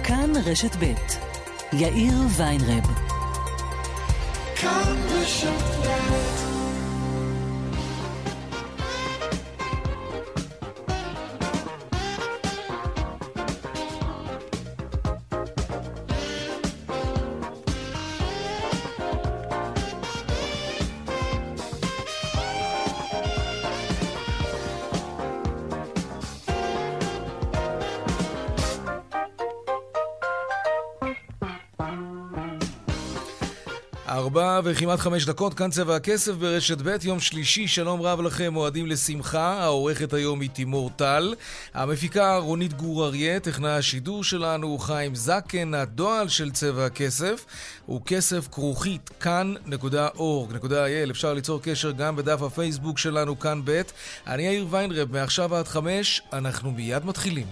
כאן רשת ב' יאיר ויינרב. כאן רשת ב'. ארבע וכמעט 5 דקות, כאן צבע הכסף ברשת ב', יום שלישי, שלום רב לכם, מועדים לשמחה. העורכת היום היא תימור טל, המפיקה רונית גור אריה, טכנאי השידור שלנו חיים זקן. הדואל של צבע הכסף הוא כסף כרוכית כאן.org.il. אפשר ליצור קשר גם בדף הפייסבוק שלנו כאן ב'. אני יאיר ויינרב, מעכשיו עד 5, אנחנו מיד מתחילים.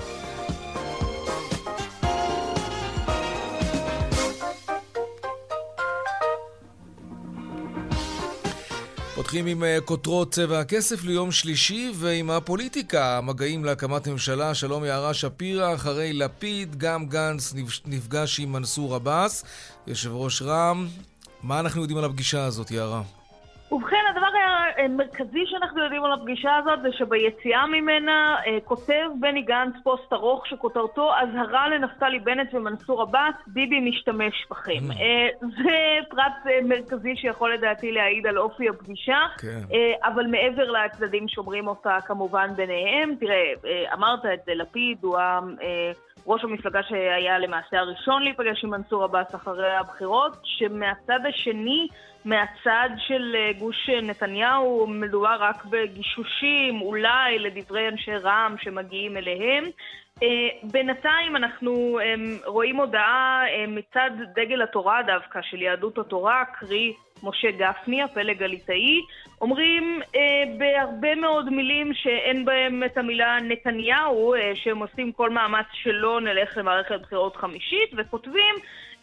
פותחים עם כותרות צבע הכסף ליום שלישי ועם הפוליטיקה, המגעים להקמת ממשלה. שלום יערה שפירא. אחרי לפיד גם גנץ נפגש עם מנסור עבאס, יושב ראש רע"מ. מה אנחנו יודעים על הפגישה הזאת, יערה? ובכן, הדבר המרכזי שאנחנו יודעים על הפגישה הזאת זה שביציאה ממנה כותב בני גנץ פוסט ארוך שכותרתו אזהרה לנפתלי בנט ומנסור עבאס, ביבי משתמש בכם. זה פרט מרכזי שיכול לדעתי להעיד על אופי הפגישה, אבל מעבר לצדדים שומרים אותה כמובן ביניהם. תראה, אמרת את זה, לפיד הוא ראש המפלגה שהיה למעשה הראשון להיפגש עם מנסור עבאס אחרי הבחירות, שמהצד השני, מהצד של גוש נתניהו, מדובר רק בגישושים, אולי לדברי אנשי רע"מ שמגיעים אליהם. בינתיים אנחנו רואים הודעה מצד דגל התורה דווקא של יהדות התורה, קרי משה גפני, הפלג הליטאי, אומרים בהרבה מאוד מילים שאין בהם את המילה נתניהו, שהם עושים כל מאמץ שלא נלך למערכת בחירות חמישית, וכותבים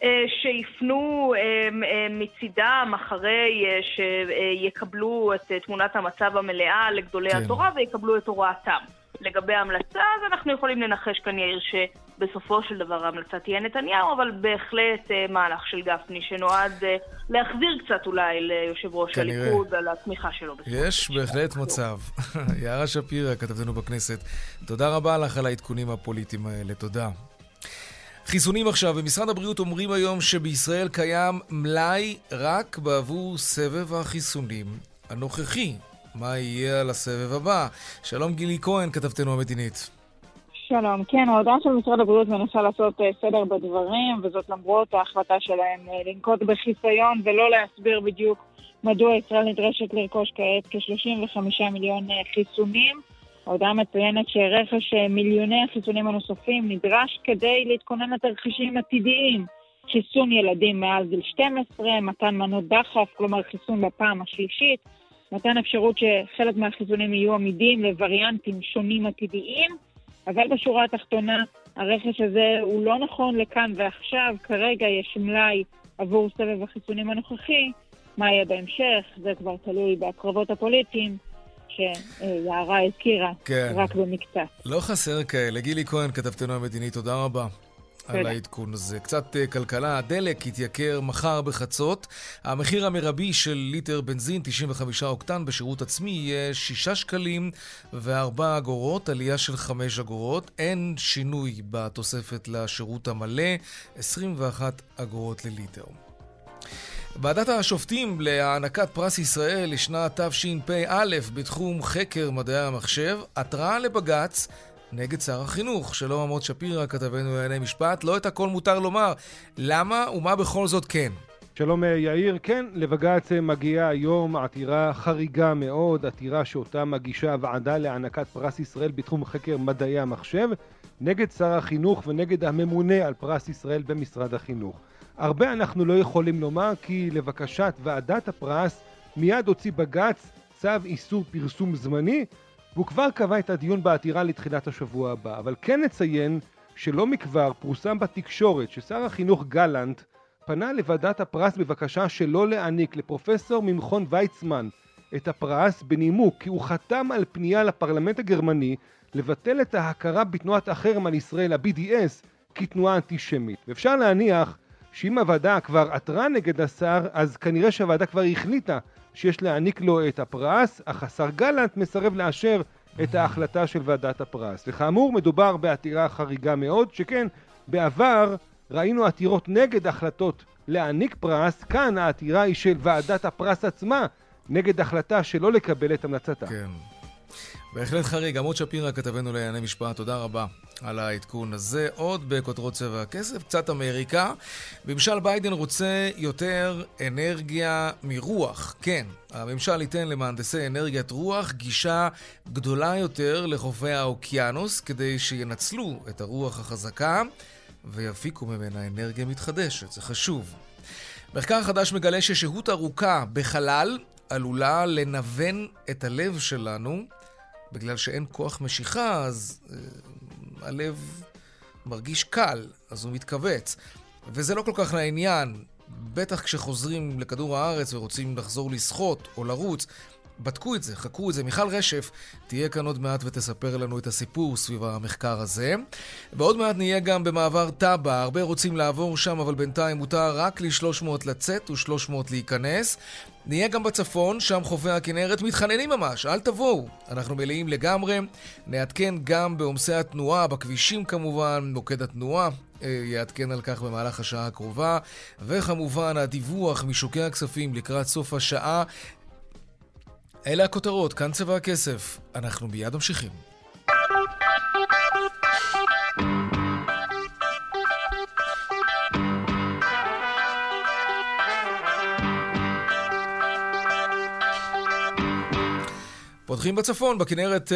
שיפנו מצידם אחרי שיקבלו את תמונת המצב המלאה לגדולי התורה ויקבלו את הוראתם. לגבי ההמלצה, אז אנחנו יכולים לנחש כאן יאיר שבסופו של דבר ההמלצה תהיה נתניהו, אבל בהחלט מהלך של גפני שנועד להחזיר קצת אולי ליושב ראש הליכוד על התמיכה שלו. יש בהחלט מצב. יערה שפירא, כתבתנו בכנסת, תודה רבה לך על העדכונים הפוליטיים האלה, תודה. חיסונים עכשיו, במשרד הבריאות אומרים היום שבישראל קיים מלאי רק בעבור סבב החיסונים הנוכחי. מה יהיה על הסבב הבא? שלום גילי כהן, כתבתנו המדינית. שלום, כן, ההודעה של משרד הבריאות מנסה לעשות סדר בדברים, וזאת למרות ההחלטה שלהם לנקוט בחיסיון ולא להסביר בדיוק מדוע ישראל נדרשת לרכוש כעת כ-35 מיליון חיסונים. ההודעה מציינת שרכש מיליוני החיסונים הנוספים נדרש כדי להתכונן לתרחישים עתידיים. חיסון ילדים מעל גיל 12, מתן מנות דחף, כלומר חיסון בפעם השלישית, מתן אפשרות שחלק מהחיסונים יהיו עמידים לווריאנטים שונים עתידיים, אבל בשורה התחתונה הרכש הזה הוא לא נכון לכאן ועכשיו. כרגע יש מלאי עבור סבב החיסונים הנוכחי. מה יהיה בהמשך? זה כבר תלוי בקרבות הפוליטיים שיערה הזכירה, כן. רק במקצת. לא חסר כאלה. גילי כהן, כתבתנו המדינית, תודה רבה. על העדכון הזה. קצת כלכלה, הדלק יתייקר מחר בחצות. המחיר המרבי של ליטר בנזין 95 אוקטן בשירות עצמי יהיה 6 שקלים ו4 אגורות, עלייה של 5 אגורות. אין שינוי בתוספת לשירות המלא, 21 אגורות לליטר. ועדת השופטים להענקת פרס ישראל לשנת תשפ"א בתחום חקר מדעי המחשב עתרה לבג"ץ נגד שר החינוך. שלום עמוד שפירא, כתבנו לענייני משפט. לא את הכל מותר לומר. למה ומה בכל זאת כן? שלום יאיר, כן, לבג"ץ מגיעה היום עתירה חריגה מאוד, עתירה שאותה מגישה הוועדה להענקת פרס ישראל בתחום חקר מדעי המחשב, נגד שר החינוך ונגד הממונה על פרס ישראל במשרד החינוך. הרבה אנחנו לא יכולים לומר, כי לבקשת ועדת הפרס מיד הוציא בג"ץ צו איסור פרסום זמני, והוא כבר קבע את הדיון בעתירה לתחילת השבוע הבא. אבל כן נציין שלא מכבר פורסם בתקשורת ששר החינוך גלנט פנה לוועדת הפרס בבקשה שלא להעניק לפרופסור ממכון ויצמן את הפרס בנימוק כי הוא חתם על פנייה לפרלמנט הגרמני לבטל את ההכרה בתנועת החרם על ישראל, ה-BDS, כתנועה אנטישמית. ואפשר להניח שאם הוועדה כבר עתרה נגד השר, אז כנראה שהוועדה כבר החליטה שיש להעניק לו את הפרס, אך השר גלנט מסרב לאשר את ההחלטה של ועדת הפרס. וכאמור, מדובר בעתירה חריגה מאוד, שכן בעבר ראינו עתירות נגד החלטות להעניק פרס, כאן העתירה היא של ועדת הפרס עצמה, נגד החלטה שלא לקבל את המלצתה. כן. בהחלט חריג. עמוד שפירא, כתבנו לענייני משפט, תודה רבה על העדכון הזה. עוד בכותרות צבע הכסף, קצת אמריקה. ממשל ביידן רוצה יותר אנרגיה מרוח. כן, הממשל ייתן למהנדסי אנרגיית רוח גישה גדולה יותר לחופי האוקיינוס, כדי שינצלו את הרוח החזקה ויפיקו ממנה אנרגיה מתחדשת. זה חשוב. מחקר חדש מגלה ששהות ארוכה בחלל עלולה לנוון את הלב שלנו, בגלל שאין כוח משיכה, אז הלב מרגיש קל, אז הוא מתכווץ. וזה לא כל כך לעניין, בטח כשחוזרים לכדור הארץ ורוצים לחזור לשחות או לרוץ. בדקו את זה, חקרו את זה. מיכל רשף תהיה כאן עוד מעט ותספר לנו את הסיפור סביב המחקר הזה. ועוד מעט נהיה גם במעבר טאבה. הרבה רוצים לעבור שם, אבל בינתיים מותר רק ל-300 לצאת ו-300 להיכנס. נהיה גם בצפון, שם חופי הכנרת מתחננים ממש, אל תבואו. אנחנו מלאים לגמרי. נעדכן גם בעומסי התנועה, בכבישים כמובן, מוקד התנועה יעדכן על כך במהלך השעה הקרובה. וכמובן הדיווח משוקי הכספים לקראת סוף השעה. אלה הכותרות, כאן צבע הכסף. אנחנו מיד ממשיכים. פותחים בצפון, בכנרת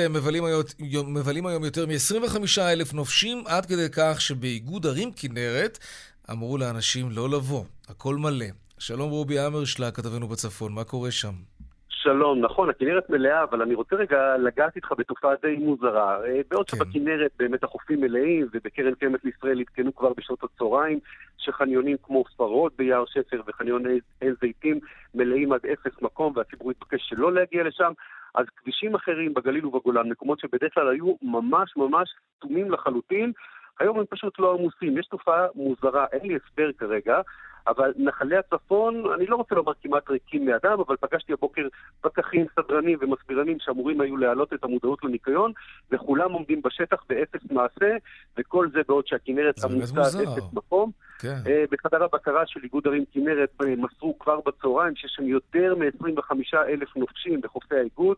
מבלים היום יותר מ-25,000 נופשים, עד כדי כך שבאיגוד ערים כנרת אמרו לאנשים לא לבוא. הכל מלא. שלום רובי אמרשלה, כתבנו בצפון, מה קורה שם? שלום, נכון, הכנרת מלאה, אבל אני רוצה רגע לגעת איתך בתופעה די מוזרה. בעוד שבכנרת באמת החופים מלאים, ובקרן קיימת לישראל התקנו כבר בשעות הצהריים, שחניונים כמו ספרות ביער שפר וחניון עין זיתים מלאים עד 0 מקום, והציבור התבקש שלא להגיע לשם. אז כבישים אחרים בגליל ובגולן, מקומות שבדרך כלל היו ממש ממש תומים לחלוטין, היום הם פשוט לא עמוסים. יש תופעה מוזרה, אין לי הסבר כרגע, אבל נחלי הצפון, אני לא רוצה לומר כמעט ריקים מאדם, אבל פגשתי הבוקר פקחים, סדרנים ומסבירנים שאמורים היו להעלות את המודעות לניקיון, וכולם עומדים בשטח באפס מעשה, וכל זה בעוד שהכנרת עמוסה עד 0 מקום. כן. בחדר הבקרה של איגוד ערים כנרת מסרו כבר בצהריים שיש שם יותר מ-25,000 נופשים בחופי האיגוד,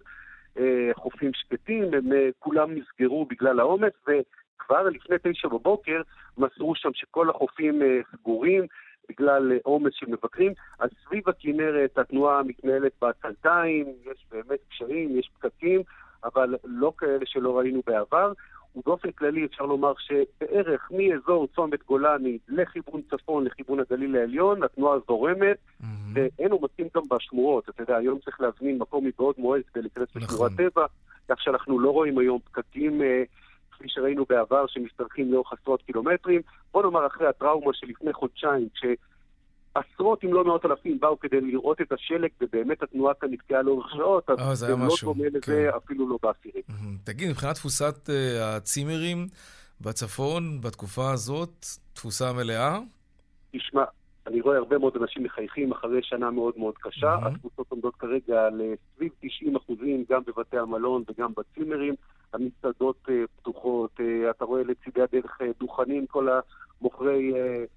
חופים שקטים, הם כולם נסגרו בגלל העומס, וכבר לפני 9 בבוקר מסרו שם שכל החופים סגורים, בגלל עומס של מבקרים. אז סביב הכנרת התנועה מתנהלת בעצלתיים, יש באמת קשיים, יש פקקים, אבל לא כאלה שלא ראינו בעבר. ובאופן כללי אפשר לומר שבערך מאזור צומת גולני לכיוון צפון, לכיוון הגליל העליון, התנועה זורמת, ואין עומסים גם בשמורות. אתה יודע, היום צריך להזמין מקום מבעוד מועד כדי להיכנס לשמורת טבע, כך שאנחנו לא רואים היום פקקים כפי שראינו בעבר שמשתרכים לאורך עשרות קילומטרים. בוא נאמר אחרי הטראומה שלפני חודשיים, כשעשרות אם לא מאות אלפים באו כדי לראות את השלג, ובאמת התנועה כאן נתקעה לאורך שעות, אז זה לא דומה לזה אפילו לא בעשירים. תגיד, מבחינת תפוסת הצימרים בצפון, בתקופה הזאת, תפוסה מלאה? תשמע, אני רואה הרבה מאוד אנשים מחייכים אחרי שנה מאוד מאוד קשה. התפוסות עומדות כרגע לסביב 90%, גם בבתי המלון וגם בצימרים. המסעדות פתוחות, אתה רואה לצידי הדרך דוכנים, כל המוכרי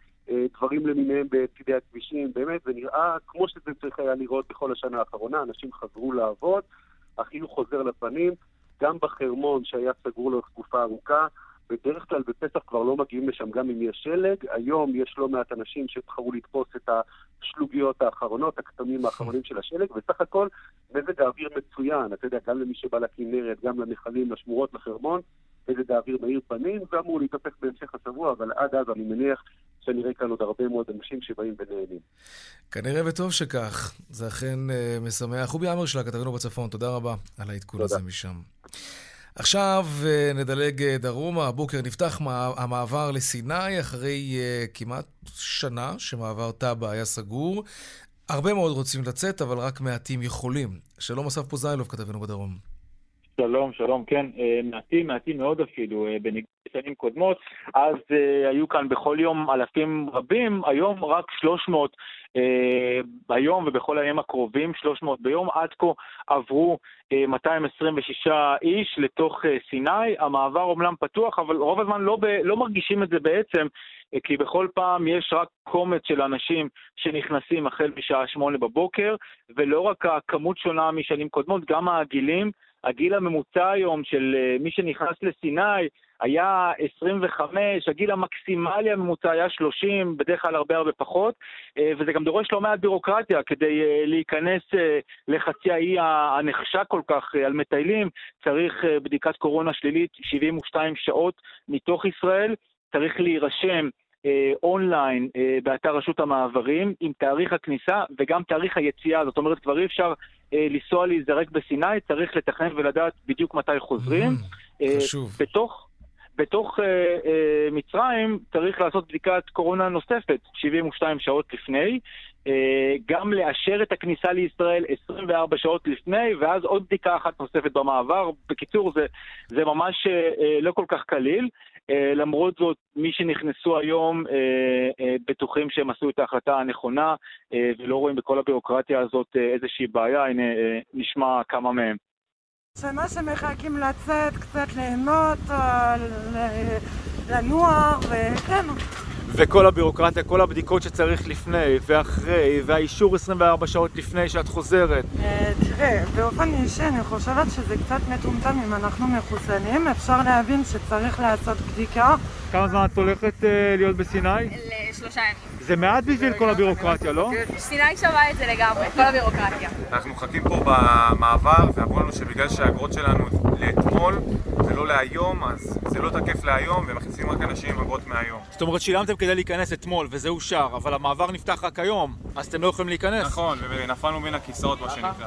דברים למיניהם בצידי הכבישים. באמת, זה נראה כמו שזה צריך היה לראות בכל השנה האחרונה. אנשים חזרו לעבוד, החיוך חוזר לפנים, גם בחרמון שהיה סגור לו תקופה ארוכה. בדרך כלל בפסח כבר לא מגיעים לשם גם אם יש שלג. היום יש לא מעט אנשים שבחרו לתפוס את השלוגיות האחרונות, הכתמים האחרונים של השלג, וסך הכל מזג האוויר מצוין. אתה יודע, גם למי שבא לכנרת, גם לנחלים, לשמורות, לחרמון, מזג האוויר מאיר פנים, ואמור להתהפך בהמשך השבוע, אבל עד אז אני מניח שנראה כאן עוד הרבה מאוד אנשים שבאים ונהנים. כנראה וטוב שכך. זה אכן משמח. רובי אמרשלה, כתבנו בצפון, תודה רבה על העדכון הזה משם. עכשיו נדלג דרומה. הבוקר נפתח המעבר לסיני אחרי כמעט שנה שמעבר טאבה היה סגור. הרבה מאוד רוצים לצאת, אבל רק מעטים יכולים. שלום אסף פוזיילוב, כתבנו בדרום. שלום, שלום, כן, מעטים מאוד אפילו, בניגוד לשנים קודמות, אז היו כאן בכל יום אלפים רבים, היום רק 300 ביום ובכל הימים הקרובים, 300 ביום, עד כה עברו 226 איש לתוך סיני, המעבר אומנם פתוח, אבל רוב הזמן לא מרגישים את זה בעצם, כי בכל פעם יש רק קומץ של אנשים שנכנסים החל משעה 8 בבוקר, ולא רק הכמות שונה משנים קודמות, גם הגיל הממוצע היום של מי שנכנס לסיני היה 25, הגיל המקסימלי הממוצע היה 30, בדרך כלל הרבה פחות, וזה גם דורש לא מעט בירוקרטיה כדי להיכנס לחצי האי הנחשק כל כך על מטיילים, צריך בדיקת קורונה שלילית 72 שעות מתוך ישראל, צריך להירשם אונליין באתר רשות המעברים עם תאריך הכניסה וגם תאריך היציאה, זאת אומרת כבר אי אפשר לנסוע להיזרק בסיני, צריך לתכנן ולדעת בדיוק מתי חוזרים. חשוב. בתוך מצרים צריך לעשות בדיקת קורונה נוספת 72 שעות לפני, גם לאשר את הכניסה לישראל 24 שעות לפני, ואז עוד בדיקה אחת נוספת במעבר. בקיצור, זה ממש לא כל כך קליל. למרות זאת, מי שנכנסו היום בטוחים שהם עשו את ההחלטה הנכונה, ולא רואים בכל הבירוקרטיה הזאת איזושהי בעיה. הנה, נשמע כמה מהם. שנה שמחכים לצאת, קצת ליהנות, לנוע, וכן. וכל הבירוקרטיה, כל הבדיקות שצריך לפני ואחרי, והאישור 24 שעות לפני שאת חוזרת. תראה, באופן אישי אני חושבת שזה קצת מטומטם אם אנחנו מחוסנים. אפשר להבין שצריך לעשות בדיקה. כמה זמן את הולכת להיות בסיני? ל3 ימים. זה מעט בשביל כל הבירוקרטיה, לא? סיני שווה את זה לגמרי, כל הבירוקרטיה. אנחנו מחכים פה במעבר, ואמרו לנו שבגלל שהאגרות שלנו לאתמול ולא להיום, אז זה לא תקף להיום, ומכניסים רק אנשים עם אגרות מהיום. זאת אומרת, שילמתם כדי להיכנס אתמול, וזה אושר, אבל המעבר נפתח רק היום, אז אתם לא יכולים להיכנס. נכון, ונפלנו בין הכיסאות, מה שנקרא.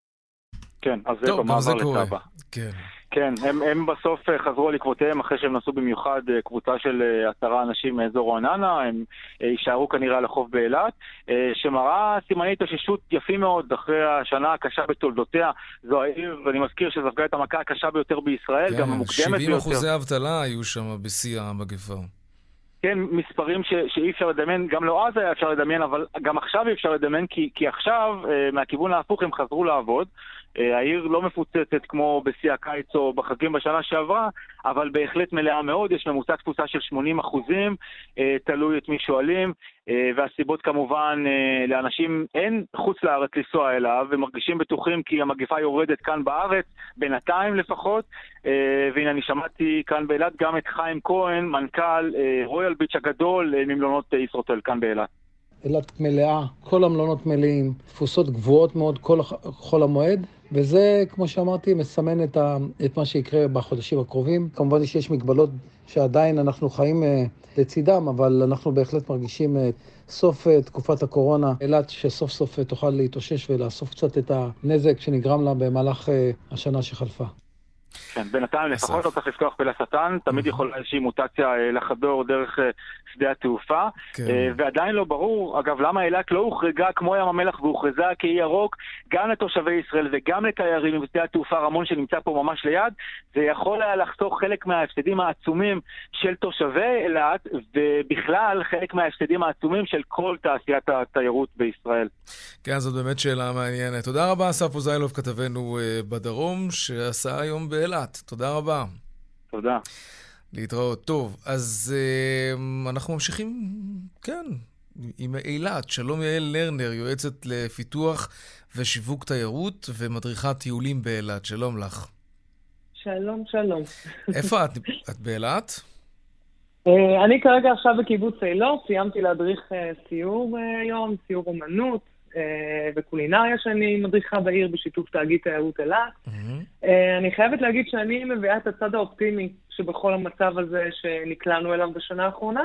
כן, אז זה במעבר לטאבה. כן. כן, הם בסוף חזרו לקבותיהם אחרי שהם נסעו במיוחד קבוצה של 10 אנשים מאזור רעננה, הם יישארו כנראה על החוף באילת, שמראה סימני התאוששות יפים מאוד אחרי השנה הקשה בתולדותיה. זו העיר, ואני מזכיר שספגה את המכה הקשה ביותר בישראל, גם המוקדמת ביותר. 70% אבטלה היו שם בשיא המגפה. כן, מספרים שאי אפשר לדמיין, גם לא אז היה אפשר לדמיין, אבל גם עכשיו אי אפשר לדמיין, כי עכשיו, מהכיוון ההפוך, הם חזרו לעבוד. העיר לא מפוצצת כמו בשיא הקיץ או בחגים בשנה שעברה, אבל בהחלט מלאה מאוד, יש ממוצע תפוסה של 80%, תלוי את מי שואלים, והסיבות כמובן לאנשים אין חוץ לארץ לנסוע אליו, ומרגישים בטוחים כי המגפה יורדת כאן בארץ, בינתיים לפחות, והנה אני שמעתי כאן באילת גם את חיים כהן, מנכ"ל רויאל ביץ' הגדול ממלונות ישרוטל כאן באילת. אילת מלאה, כל המלונות מלאים, תפוסות גבוהות מאוד כל המועד, וזה, כמו שאמרתי, מסמן את מה שיקרה בחודשים הקרובים. כמובן שיש מגבלות שעדיין אנחנו חיים לצידם, אבל אנחנו בהחלט מרגישים סוף תקופת הקורונה, אילת שסוף סוף תוכל להתאושש ולאסוף קצת את הנזק שנגרם לה במהלך השנה שחלפה. כן, בינתיים לפחות לא צריך לפתוח פה לשטן, תמיד יכולה איזושהי מוטציה לחדור דרך שדה התעופה, ועדיין לא ברור, אגב, למה אילת לא הוחרגה כמו ים המלח והוכרזה כאי ירוק, גם לתושבי ישראל וגם לתיירים בשדה התעופה רמון שנמצא פה ממש ליד, זה יכול היה לחסוך חלק מההפסדים העצומים של תושבי אילת, ובכלל חלק מההפסדים העצומים של כל תעשיית התיירות בישראל. כן, זאת באמת שאלה מעניינת. תודה רבה, אסף פוזיילוב, כתבנו בדרום, שעשה היום באילת. תודה רבה. תודה. להתראות. טוב, אז אנחנו ממשיכים, כן, עם אילת. שלום יעל לרנר, יועצת לפיתוח ושיווק תיירות ומדריכת טיולים באילת. שלום לך. שלום, שלום. איפה את? את באילת? אני כרגע עכשיו בקיבוץ אילות, סיימתי להדריך סיור היום, סיור אומנות וקולינריה שאני מדריכה בעיר בשיתוף תאגיד תיירות אילת. אני חייבת להגיד שאני מביאה את הצד האופטימי שבכל המצב הזה שנקלענו אליו בשנה האחרונה.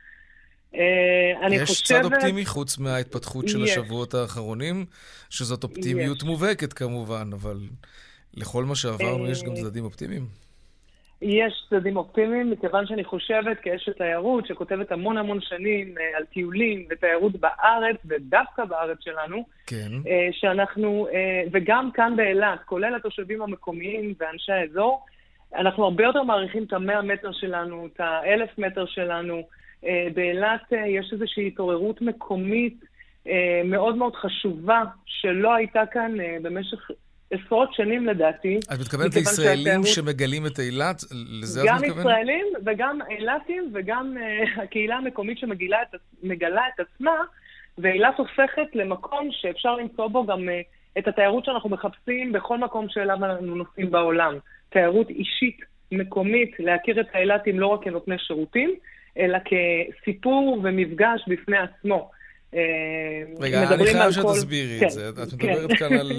יש צד אופטימי חוץ מההתפתחות של השבועות האחרונים, שזאת אופטימיות מובהקת כמובן, אבל לכל מה שעברנו יש גם צדדים אופטימיים. יש צדדים אופטימיים, מכיוון שאני חושבת כאשת תיירות, שכותבת המון שנים על טיולים ותיירות בארץ, ודווקא בארץ שלנו, כן. שאנחנו, וגם כאן באילת, כולל התושבים המקומיים ואנשי האזור, אנחנו הרבה יותר מעריכים את ה-100 מטר שלנו, את ה-1000 מטר שלנו. באילת יש איזושהי התעוררות מקומית מאוד מאוד חשובה, שלא הייתה כאן במשך עשרות שנים לדעתי. את מתכוונת לישראלים שמגלים את אילת? לזה את מתכוונת? גם ישראלים וגם אילתים וגם הקהילה המקומית שמגלה את עצמה, ואילת הופכת למקום שאפשר למצוא בו גם את התיירות שאנחנו מחפשים בכל מקום שאליו אנחנו נוסעים בעולם. תיירות אישית, מקומית, להכיר את האילתים לא רק כנותני שירותים, אלא כסיפור ומפגש בפני עצמו. רגע, אני חייב שתסבירי את זה. את מדברת כאן על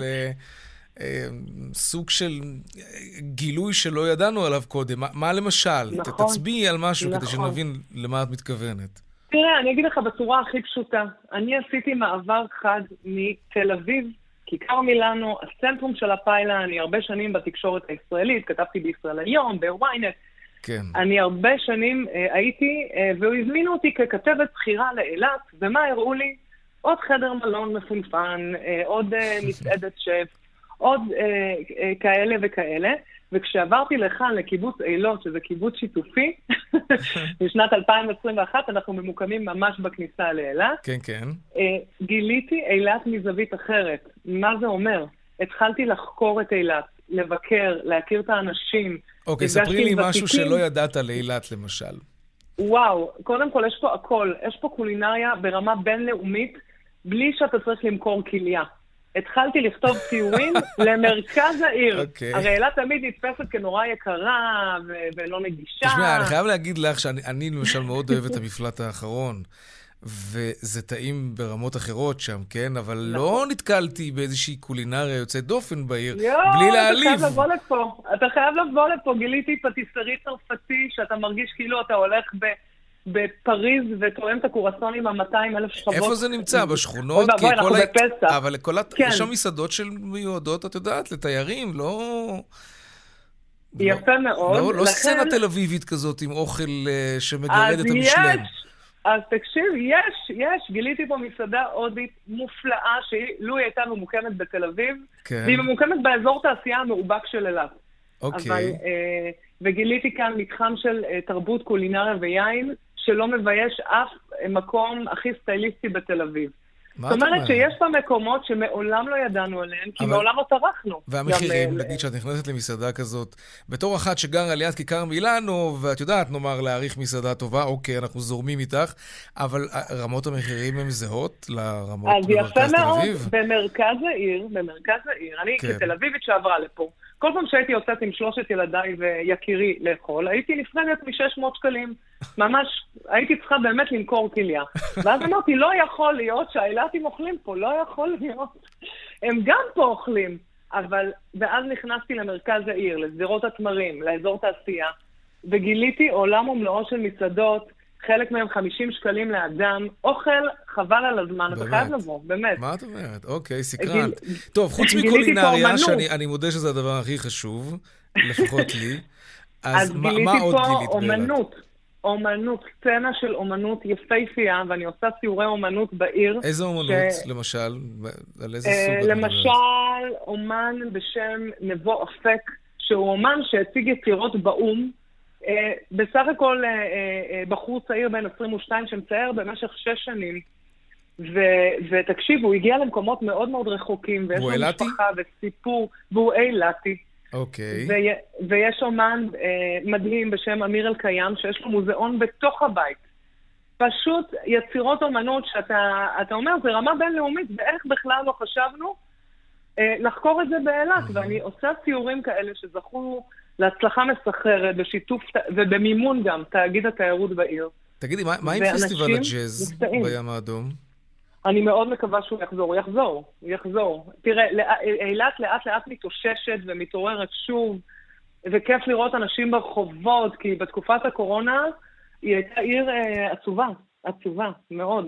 סוג של גילוי שלא ידענו עליו קודם. מה למשל? תצביעי על משהו כדי שנבין למה את מתכוונת. תראה, אני אגיד לך בצורה הכי פשוטה. אני עשיתי מעבר חד מתל אביב, כיכר מילאנו, הסנטרום של הפיילה, אני הרבה שנים בתקשורת הישראלית, כתבתי בישראל היום, בוויינט. כן. אני הרבה שנים הייתי, והזמינו אותי ככתבת בחירה לאילת, ומה הראו לי? עוד חדר מלון מפונפן, עוד מסעדת שף, עוד כאלה וכאלה, וכשעברתי לכאן לקיבוץ אילות, שזה קיבוץ שיתופי, בשנת 2021 אנחנו ממוקמים ממש בכניסה לאילת. כן, כן. גיליתי אילת מזווית אחרת. מה זה אומר? התחלתי לחקור את אילת, לבקר, להכיר את האנשים. אוקיי, ספרי לי משהו שלא ידעת לאילת למשל. וואו, קודם כל יש פה הכל. יש פה קולינריה ברמה בינלאומית, בלי שאתה צריך למכור כליה. התחלתי לכתוב ציורים למרכז העיר. הרי אילת תמיד נתפסת כנורא יקרה ולא נגישה. תשמע, אני חייב להגיד לך שאני למשל מאוד אוהב את המפלט האחרון, וזה טעים ברמות אחרות שם, כן? אבל לא נתקלתי באיזושהי קולינריה יוצאת דופן בעיר, בלי להעליב. אתה חייב לבוא לפה. גיליתי פטיסרי צרפתי, שאתה מרגיש כאילו אתה הולך בפריז וטועם את הקורסונים ה-200,000 שכבות. איפה זה נמצא? בשכונות? בואי, אנחנו בפסח. אבל יש שם מסעדות של מיועדות, את יודעת, לתיירים, לא... יפה מאוד. לא סצנה תל אביבית כזאת עם אוכל שמגרד את המשלם. אז תקשיב, יש. גיליתי פה מסעדה הודית מופלאה, שלו היא הייתה ממוקמת בתל אביב, והיא ממוקמת באזור תעשייה המאובק של אילת. אוקיי. וגיליתי כאן מתחם של תרבות, קולינריה ויין, שלא מבייש אף מקום הכי סטייליסטי בתל אביב. זאת אומרת שיש פה מקומות שמעולם לא ידענו עליהם, כי מעולם לא טרחנו. והמחירים, נגיד שאת נכנסת למסעדה כזאת, בתור אחת שגרה על יד כיכר מילאנו, ואת יודעת, נאמר, להעריך מסעדה טובה, אוקיי, אנחנו זורמים איתך, אבל רמות המחירים הן זהות לרמות במרכז תל אביב? אז יפה מאוד, במרכז העיר, אני כתל אביבית שעברה לפה, כל פעם שהייתי יוצאת עם 3 ילדיי ויקירי לאכול, הייתי נפרדת מ-600 שקלים. ממש, הייתי צריכה באמת למכור כליה. ואז אמרתי, לא יכול להיות שהאילתים אוכלים פה, לא יכול להיות. הם גם פה אוכלים. אבל, ואז נכנסתי למרכז העיר, לשדרות התמרים, לאזור תעשייה, וגיליתי עולם ומלואו של מסעדות, חלק מהם 50 שקלים לאדם, אוכל חבל על הזמן, אתה חייב לבוא, באמת. מה את אומרת? אוקיי, סקרנט. טוב, חוץ מקולינריה, שאני מודה שזה הדבר הכי חשוב, לפחות לי, אז מה עוד גילית באילת? אומנות, סצנה של אומנות יפהפייה, ואני עושה סיורי אומנות בעיר. איזה אומנות, למשל? על איזה סוג? למשל, אומן בשם נבו אפק, שהוא אומן שהציג יצירות באום, בסך הכל בחור צעיר בן 22 שמצייר במשך 6 שנים, ותקשיב, הוא הגיע למקומות מאוד מאוד רחוקים, ויש לו משפחה וסיפור, והוא אילתי. אוקיי. ויש אומן מדהים בשם אמיר אל-קיים, שיש לו מוזיאון בתוך הבית. פשוט יצירות אומנות שאתה אומר, זה רמה בינלאומית, ואיך בכלל לא חשבנו לחקור את זה באילת, ואני עושה ציורים כאלה שזכו להצלחה מסחררת, בשיתוף ובמימון גם, תאגיד התיירות בעיר. תגידי, מה עם פסטיבל הג'אז בים האדום? אני מאוד מקווה שהוא יחזור. תראה, אילת לאט מתאוששת ומתעוררת שוב, וכיף לראות אנשים ברחובות, כי בתקופת הקורונה היא הייתה עיר עצובה מאוד.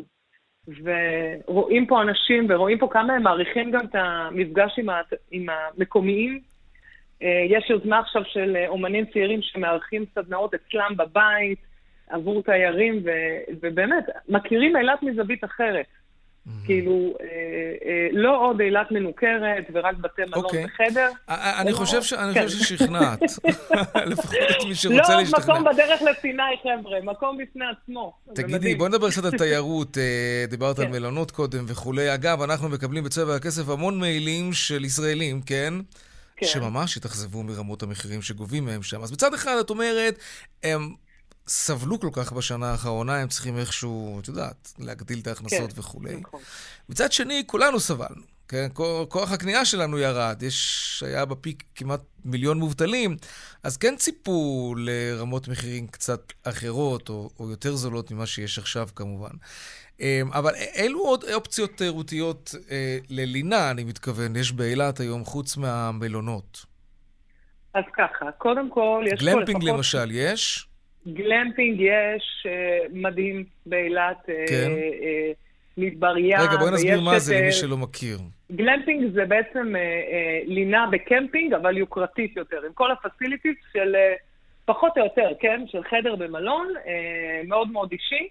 ורואים פה אנשים, ורואים פה כמה הם מעריכים גם את המפגש עם המקומיים, יש יוזמה עכשיו של אומנים צעירים שמארחים סדנאות אצלם בבית, עבור תיירים, ובאמת, מכירים אילת מזווית אחרת. כאילו, לא עוד אילת מנוכרת, ורק בתי מלון בחדר. אני חושב ששכנעת. לפחות מי שרוצה להשתכנע. לא, מקום בדרך לסיני, חבר'ה, מקום בפני עצמו. תגידי, בוא נדבר קצת על תיירות, דיברת על מלונות קודם וכולי. אגב, אנחנו מקבלים בצבע הכסף המון מיילים של ישראלים, כן? שממש התאכזבו מרמות המחירים שגובים מהם שם. אז בצד אחד את אומרת, הם סבלו כל כך בשנה האחרונה, הם צריכים איכשהו, את יודעת, להגדיל את ההכנסות וכולי. מצד שני, כולנו סבלנו. כן? כוח הקנייה שלנו ירד, היה בפיק כמעט 1,000,000 מובטלים, אז כן ציפו לרמות מחירים קצת אחרות, או יותר זולות ממה שיש עכשיו כמובן. אבל אילו עוד אופציות תיירותיות ללינה, אני מתכוון, יש באילת היום חוץ מהמלונות? אז ככה, קודם כל יש... גלמפינג למשל, יש? גלמפינג יש, מדהים באילת, כן. מדבריה. רגע, בואי נסביר מה זה למי שלא מכיר. גלמפינג זה בעצם לינה בקמפינג, אבל יוקרתית יותר, עם כל הפסיליטיז של פחות או יותר, כן? של חדר במלון, מאוד מאוד אישי.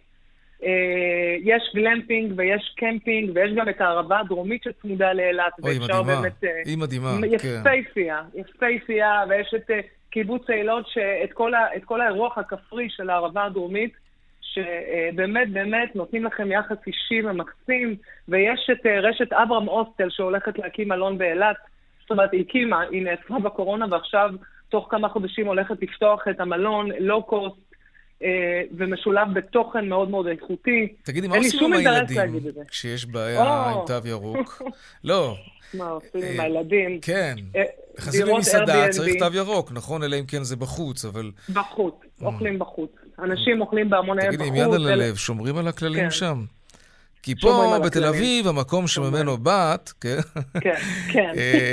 יש גלמפינג ויש קמפינג, ויש גם את הערבה הדרומית שצמודה לאילת. אוי, מדהימה, היא מדהימה. יפהפייה, ויש את קיבוץ אילות, שאת כל האירוח הכפרי של הערבה הדרומית, שבאמת באמת נותנים לכם יחס אישי ומקסים, ויש את רשת אברהם אוסטל שהולכת להקים מלון באילת, זאת אומרת, היא נעצרה בקורונה, ועכשיו תוך כמה חודשים הולכת לפתוח את המלון, לא קוסט, ומשולב בתוכן מאוד מאוד איכותי. תגידי, מה עושים עם הילדים כשיש בעיה עם תו ירוק? לא. מה עושים עם הילדים? כן. חזים במסעדה, צריך תו ירוק, נכון? אלא אם כן זה בחוץ, אבל... בחוץ, אוכלים בחוץ. אנשים אוכלים בהמוניהם בחוץ. תגידי, עם יד על הלב, שומרים על הכללים שם? כי פה בתל אביב, המקום שממנו באת, כן? כן.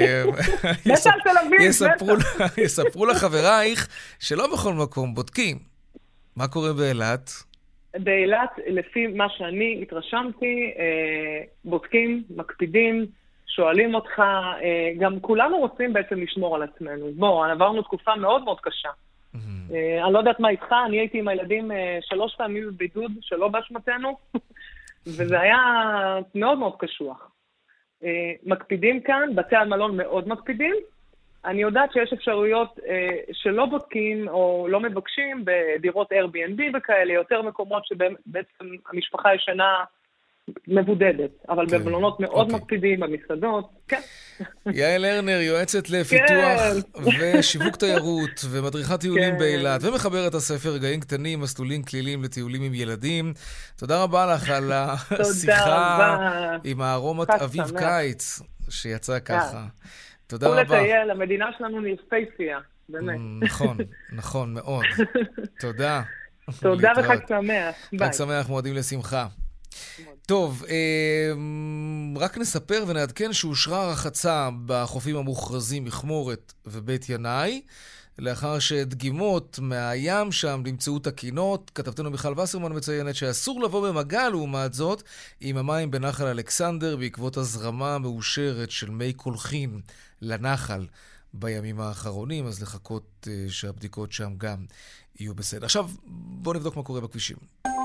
יספרו לחברייך שלא בכל מקום בודקים. מה קורה באילת? באילת, לפי מה שאני התרשמתי, בודקים, מקפידים, שואלים אותך, גם כולנו רוצים בעצם לשמור על עצמנו. בוא, עברנו תקופה מאוד מאוד קשה. אני לא יודעת מה איתך, אני הייתי עם הילדים 3 פעמים בבידוד שלא באשמתנו, וזה היה מאוד מאוד קשוח. מקפידים כאן, בתי המלון מאוד מקפידים, אני יודעת שיש אפשרויות שלא בודקים או לא מבקשים בדירות Airbnb וכאלה, יותר מקומות שבעצם המשפחה ישנה מבודדת, אבל במלונות מאוד מקפידים, במסעדות, כן. יעל לרנר, יועצת לפיתוח ושיווק תיירות ומדריכת טיולים באילת, ומחברת הספר רגעים קטנים, מסלולים כלילים לטיולים עם ילדים. תודה רבה לך על השיחה עם הארומת אביב קיץ שיצא ככה. תודה רבה. לטייל, המדינה שלנו נפייפייה, באמת. נכון, מאוד. תודה. תודה וחג שמח. חג שמח, מועדים לשמחה. טוב, רק נספר ונעדכן שאושרה רחצה בחופים המוכרזים מכמורת ובית ינאי, לאחר שדגימות מהים שם נמצאו תקינות. כתבתנו מיכל וסרמן מציינת שאסור לבוא במגע לעומת זאת עם המים בנחל אלכסנדר בעקבות הזרמה מאושרת של מי קולחין לנחל בימים האחרונים, אז לחכות שהבדיקות שם גם יהיו בסדר. עכשיו בואו נבדוק מה קורה בכבישים.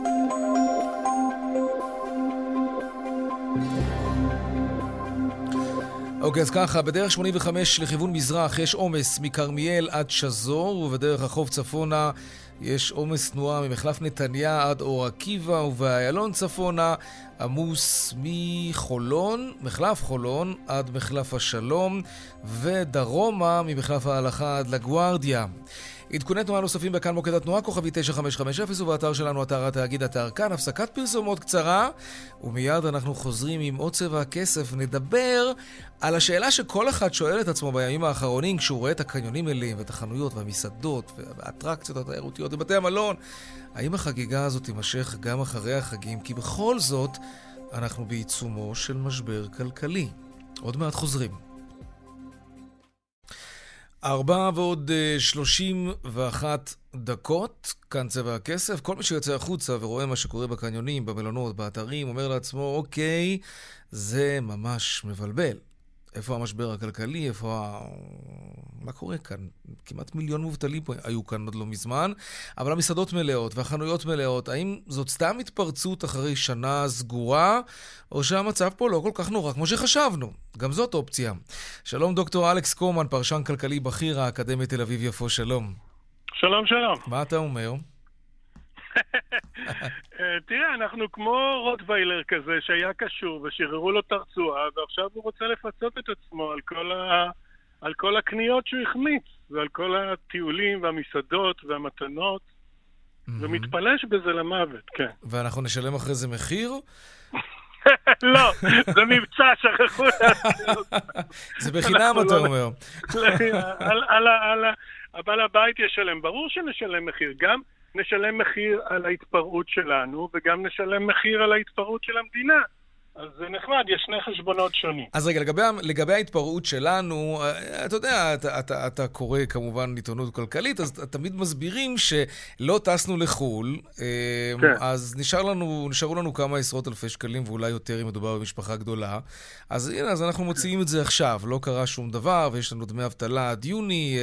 אוקיי, אז ככה, בדרך 85 לכיוון מזרח יש עומס מכרמיאל עד שזור, ובדרך החוף צפונה יש עומס תנועה ממחלף נתניה עד אור עקיבא, ובאיילון צפונה עמוס מחולון, מחלף חולון עד מחלף השלום, ודרומה ממחלף ההלכה עד לגוארדיה. עדכוני תנועה נוספים בכאן מוקד התנועה, כוכבי 9550, ובאתר שלנו, אתר התאגיד, אתר כאן. הפסקת פרסומות קצרה, ומיד אנחנו חוזרים עם עוד צבע הכסף. נדבר על השאלה שכל אחד שואל את עצמו בימים האחרונים, כשהוא רואה את הקניונים מלאים, ואת החנויות והמסעדות, והאטרקציות התיירותיות ובתי המלון. האם החגיגה הזאת תימשך גם אחרי החגים? כי בכל זאת, אנחנו בעיצומו של משבר כלכלי. עוד מעט חוזרים. 4:31 דקות, כאן צבע הכסף. כל מי שיוצא החוצה ורואה מה שקורה בקניונים, במלונות, באתרים, אומר לעצמו, אוקיי, זה ממש מבלבל. איפה המשבר הכלכלי, מה קורה כאן? כמעט מיליון מובטלים היו כאן עוד לא מזמן, אבל המסעדות מלאות והחנויות מלאות. האם זאת סתם התפרצות אחרי שנה סגורה, או שהמצב פה לא כל כך נורא כמו שחשבנו? גם זאת אופציה. שלום דוקטור אלכס קומן, פרשן כלכלי בכיר האקדמית תל אביב יפו, שלום. שלום, שלום. מה אתה אומר? תראה, אנחנו כמו רוטוויילר כזה שהיה קשור ושחררו לו את הרצועה, ועכשיו הוא רוצה לפצות את עצמו על כל הקניות שהוא החמיץ, ועל כל הטיולים והמסעדות והמתנות, ומתפלש בזה למוות, כן. ואנחנו נשלם אחרי זה מחיר? לא, זה מבצע, שכחו להסביר. זה בחינם, אתה אומר. הבעל הבית ישלם, ברור שנשלם מחיר, גם נשלם מחיר על ההתפרעות שלנו, וגם נשלם מחיר על ההתפרעות של המדינה. אז זה נחמד, יש שני חשבונות שונים. אז רגע, לגבי ההתפרעות שלנו, אתה יודע, אתה קורא כמובן עיתונות כלכלית, אז תמיד מסבירים שלא טסנו לחול, אז נשארו לנו כמה עשרות אלפי שקלים, ואולי יותר אם מדובר במשפחה גדולה. אז הנה, אז אנחנו מוציאים את זה עכשיו, לא קרה שום דבר, ויש לנו דמי אבטלה עד יוני,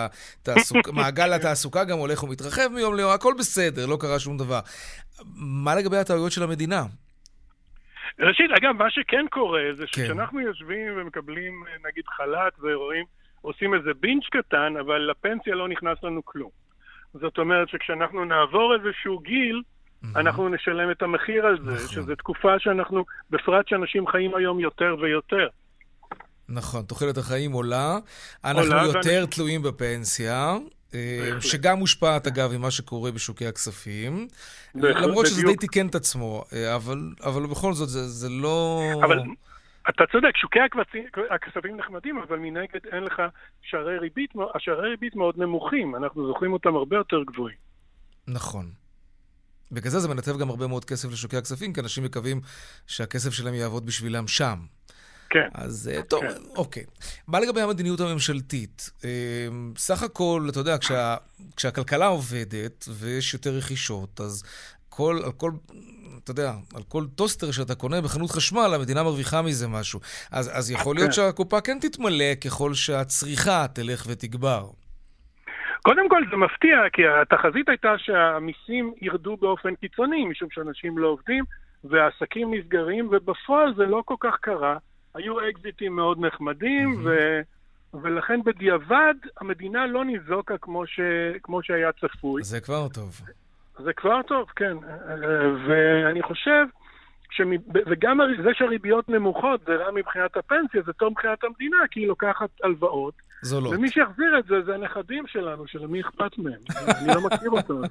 ומעגל התעסוקה גם הולך ומתרחב מיום ליום, הכל בסדר, לא קרה שום דבר. מה לגבי הטעויות של המדינה? ראשית, אגב, מה שכן קורה זה שכשאנחנו יושבים ומקבלים, נגיד, חל"ת ורואים, עושים איזה בינץ' קטן, אבל לפנסיה לא נכנס לנו כלום. זאת אומרת שכשאנחנו נעבור איזשהו גיל, אנחנו נשלם את המחיר על זה, שזו תקופה שאנחנו, בפרט שאנשים חיים היום יותר ויותר. נכון, תוחלת החיים עולה, אנחנו יותר תלויים בפנסיה, שגם מושפעת אגב ממה שקורה בשוקי הכספים, למרות שזה די תיקן את עצמו, אבל בכל זאת זה לא... אבל אתה צודק, שוקי הכספים נחמדים, אבל מנגד אין לך שערי ריבית, השערי ריבית מאוד נמוכים, אנחנו זוכרים אותם הרבה יותר גבוהים. נכון. בגלל זה מנתב גם הרבה מאוד כסף לשוקי הכספים, כי אנשים מקווים שהכסף שלהם יעבוד בשבילם שם. כן. אז טוב, אוקיי. מה לגבי המדיניות הממשלתית? סך הכל, אתה יודע, כשהכלכלה עובדת ויש יותר רכישות, אז אתה יודע, על כל טוסטר שאתה קונה בחנות חשמל, המדינה מרוויחה מזה משהו. אז יכול להיות שהקופה כן תתמלא ככל שהצריכה תלך ותגבר. קודם כל זה מפתיע, כי התחזית הייתה שהמיסים ירדו באופן קיצוני, משום שאנשים לא עובדים, והעסקים נסגרים, ובפועל זה לא כל כך קרה. היו אקזיטים מאוד נחמדים, ולכן בדיעבד המדינה לא ניזוקה כמו שהיה צפוי. זה כבר טוב. זה כבר טוב, כן. ואני חושב, וגם זה שהריביות נמוכות, זה רע מבחינת הפנסיה, זה טוב מבחינת המדינה, כי היא לוקחת הלוואות. זולות. ומי שיחזיר את זה, זה הנכדים שלנו, שלמי אכפת מהם. אני לא מכיר אותו.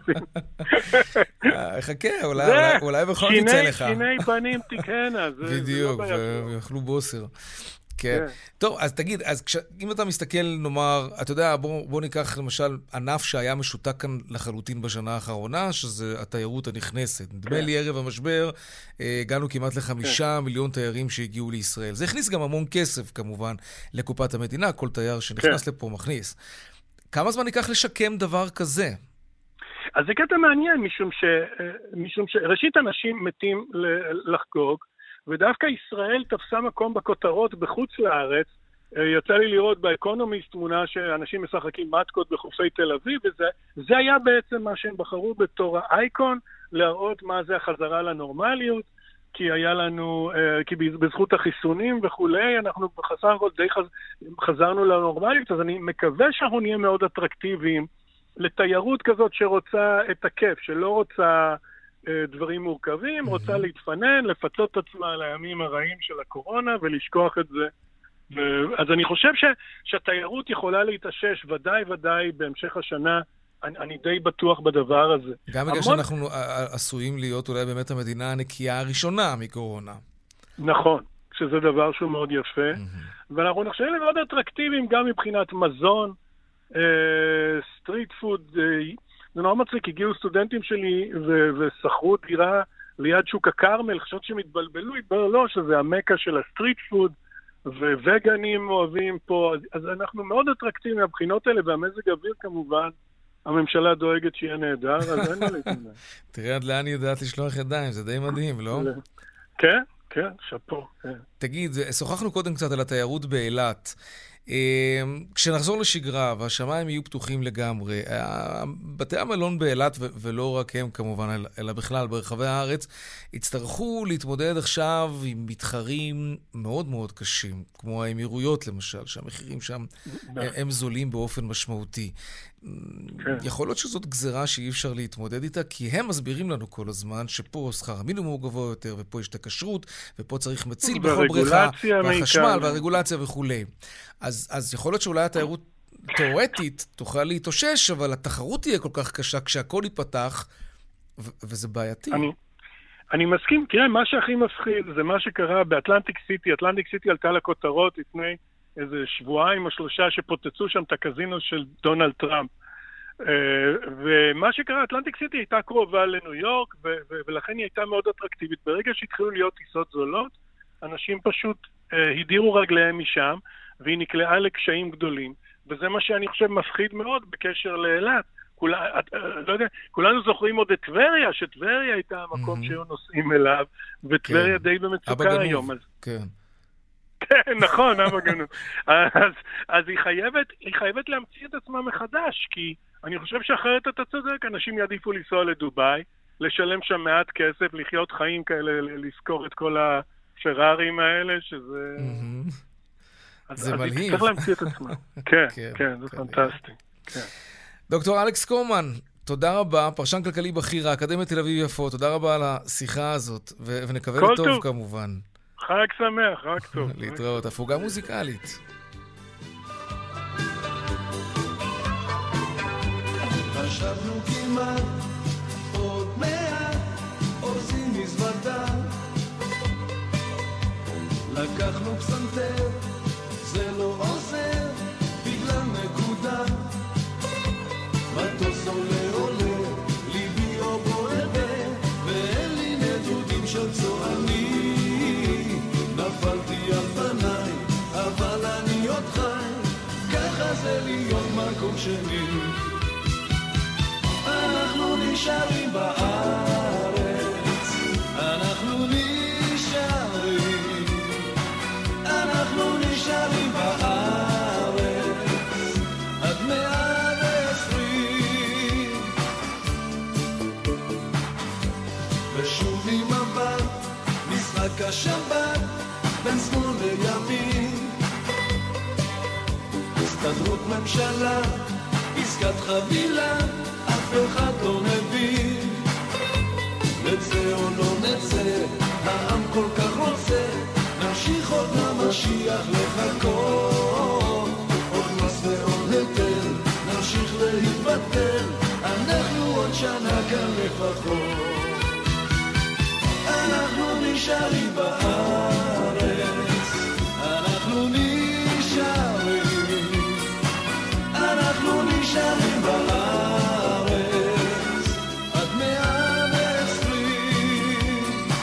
חכה, אולי בכל תצא לך. שיני פנים תיקנה. בדיוק, ויאכלו בוסר. כן. טוב, אז תגיד, אם אתה מסתכל, נאמר, אתה יודע, בוא ניקח למשל ענף שהיה משותק כאן לחלוטין בשנה האחרונה, שזה התיירות הנכנסת. נדמה לי ערב המשבר, הגענו כמעט ל5 מיליון תיירים שהגיעו לישראל. זה הכניס גם המון כסף, כמובן, לקופת המדינה, כל תייר שנכנס לפה מכניס. כמה זמן ייקח לשקם דבר כזה? אז זה קטע מעניין, משום שראשית אנשים מתים לחגוג, ודווקא ישראל תפסה מקום בכותרות בחוץ לארץ. יצא לי לראות באקונומיסט תמונה שאנשים משחקים מתקות בחופי תל אביב, וזה היה בעצם מה שהם בחרו בתור האייקון, להראות מה זה החזרה לנורמליות, כי היה לנו, כי בזכות החיסונים וכולי, אנחנו בסך הכל די חזרנו לנורמליות, אז אני מקווה שאנחנו נהיה מאוד אטרקטיביים לתיירות כזאת שרוצה את הכיף, שלא רוצה דברים מורכבים, רוצה להתפנן, לפצות את עצמה על הימים הרעים של הקורונה ולשכוח את זה. אז אני חושב שהתיירות יכולה להתאושש ודאי בהמשך השנה. אני די בטוח בדבר הזה. גם בגלל שאנחנו עשויים להיות אולי באמת המדינה הנקייה הראשונה מקורונה. נכון, שזה דבר שהוא מאוד יפה. ואנחנו נחשבים מאוד אטרקטיביים גם מבחינת מזון, סטריט פוד. זה נורא מצחיק, הגיעו סטודנטים שלי ושכרו דירה ליד שוק הכרמל, חשבתי שהם התבלבלו, התברר לא, שזה המקה של הסטריט פוד, ווגנים אוהבים פה, אז אנחנו מאוד אטרקטיביים מהבחינות האלה, והמזג האוויר כמובן, הממשלה דואגת שיהיה נהדר, אז אין מה להתמודד. תראה עד לאן היא יודעת לשלוח ידיים, זה די מדהים, לא? כן, כן, שפו. תגיד, שוחחנו קודם קצת על התיירות באילת. כשנחזור לשגרה והשמיים יהיו פתוחים לגמרי, בתי המלון באילת, ולא רק הם כמובן, אלא בכלל ברחבי הארץ, יצטרכו להתמודד עכשיו עם מתחרים מאוד מאוד קשים, כמו האמירויות למשל, שהמחירים שם הם זולים באופן משמעותי. יכול להיות שזאת גזרה שאי אפשר להתמודד איתה, כי הם מסבירים לנו כל הזמן שפה שכר המינימום הוא גבוה יותר, ופה יש את הכשרות, ופה צריך מציל בכל בריכה, והחשמל והרגולציה וכו'. אז יכול להיות שאולי התיירות תיאורטית תוכל להתאושש, אבל התחרות תהיה כל כך קשה כשהכל ייפתח, וזה בעייתי. אני מסכים, תראה, מה שהכי מפחיד זה מה שקרה באטלנטיק סיטי. אטלנטיק סיטי עלתה לכותרות לפני איזה שבועיים או שלושה שפוצצו שם את הקזינו של דונלד טראמפ. ומה שקרה, אטלנטיק סיטי הייתה קרובה לניו יורק, ולכן היא הייתה מאוד אטרקטיבית. ברגע שהתחילו להיות טיסות זולות, אנשים פשוט הדירו רגליהם משם, והיא נקלעה לקשיים גדולים. וזה מה שאני חושב מפחיד מאוד בקשר לאילת. לא יודע, כולנו זוכרים עוד את טבריה, שטבריה הייתה המקום שהיו נוסעים אליו, וטבריה די במצוקה היום. כן. כן, נכון, אבא גנוב. אז היא חייבת להמציא את עצמה מחדש, כי אני חושב שאחרת אתה צודק, אנשים יעדיפו לנסוע לדוביי, לשלם שם מעט כסף, לחיות חיים כאלה, לזכור את כל הפרארים האלה, שזה... זה מלהיב. אז היא צריך להמציא את עצמה. כן, כן, זה פנטסטי. דוקטור אלכס קומן, תודה רבה, פרשן כלכלי בכיר, האקדמית תל אביב-יפו, תודה רבה על השיחה הזאת, ונקווה לטוב כמובן. חג שמח, חג טוב. להתראות, הפוגה מוזיקלית. חשבנו כמעט, עוד מעט, עושים מזוודה. לקחנו פסנתר, זה לא עוזר, בגלל נקודה. מטוס עולה, ליבי או בוער, ואין לי נדודים של צועני. נפלתי על פניי, אבל אני עוד חי, ככה זה להיות מקום שני. אנחנו נשארים בארץ, אנחנו נשארים, אנחנו נשארים בארץ, עד 120. ושוב עם מבט, משחק השבת, בין שמאל לימין, הסתדרות ממשלה, עסקת חבילה, אף אחד לא מבין, נצא או לא נצא, העם כל כך רוצה, נמשיך עוד למשיח לחכות, עוד מס ועוד היטל, נמשיך להתבטל, אנחנו עוד שנה כאן לפחות. אנחנו נשארים בארץ, אנחנו נשארים, אנחנו נשארים בארץ, עד 120.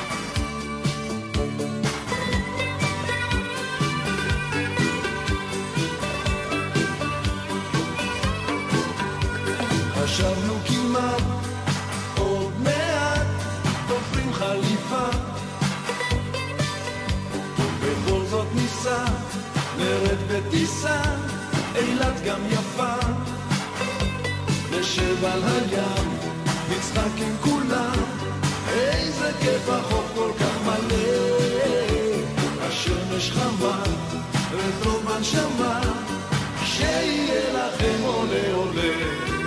חשבנו כמעט, עוד מעט, תופרים חליפה, בכל זאת ניסה, נרד בטיסה, אילת גם יפה, נשב על הים, נצחק עם כולם, איזה כיף החוף כל כך מלא, השמש חמה, וטוב בנשמה, שיהיה לכם עולה עולה.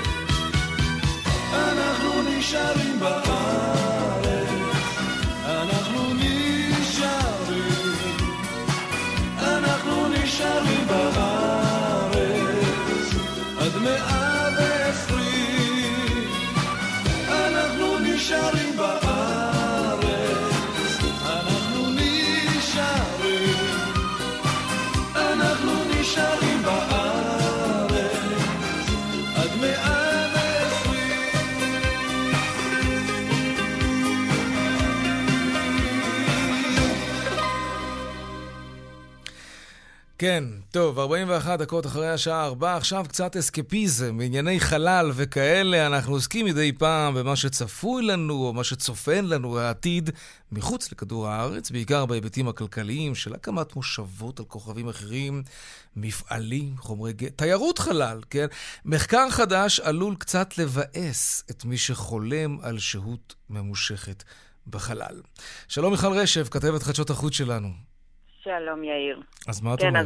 אנחנו נשארים בארץ, אנחנו נשארים, אנחנו נשארים בארץ, עד 120. אנחנו נשארים בארץ, אנחנו נשארים, אנחנו נשארים בארץ, עד 120. כן, טוב, 41 דקות אחרי השעה 4, עכשיו קצת אסקפיזם, בענייני חלל וכאלה, אנחנו עוסקים מדי פעם במה שצפוי לנו, או מה שצופן לנו העתיד, מחוץ לכדור הארץ, בעיקר בהיבטים הכלכליים של הקמת מושבות על כוכבים אחרים, מפעלים, חומרי תיירות חלל, כן? מחקר חדש עלול קצת לבאס את מי שחולם על שהות ממושכת בחלל. שלום מיכל רשף, כתבת חדשות החוץ שלנו. שלום יאיר. אז מה את אומרת?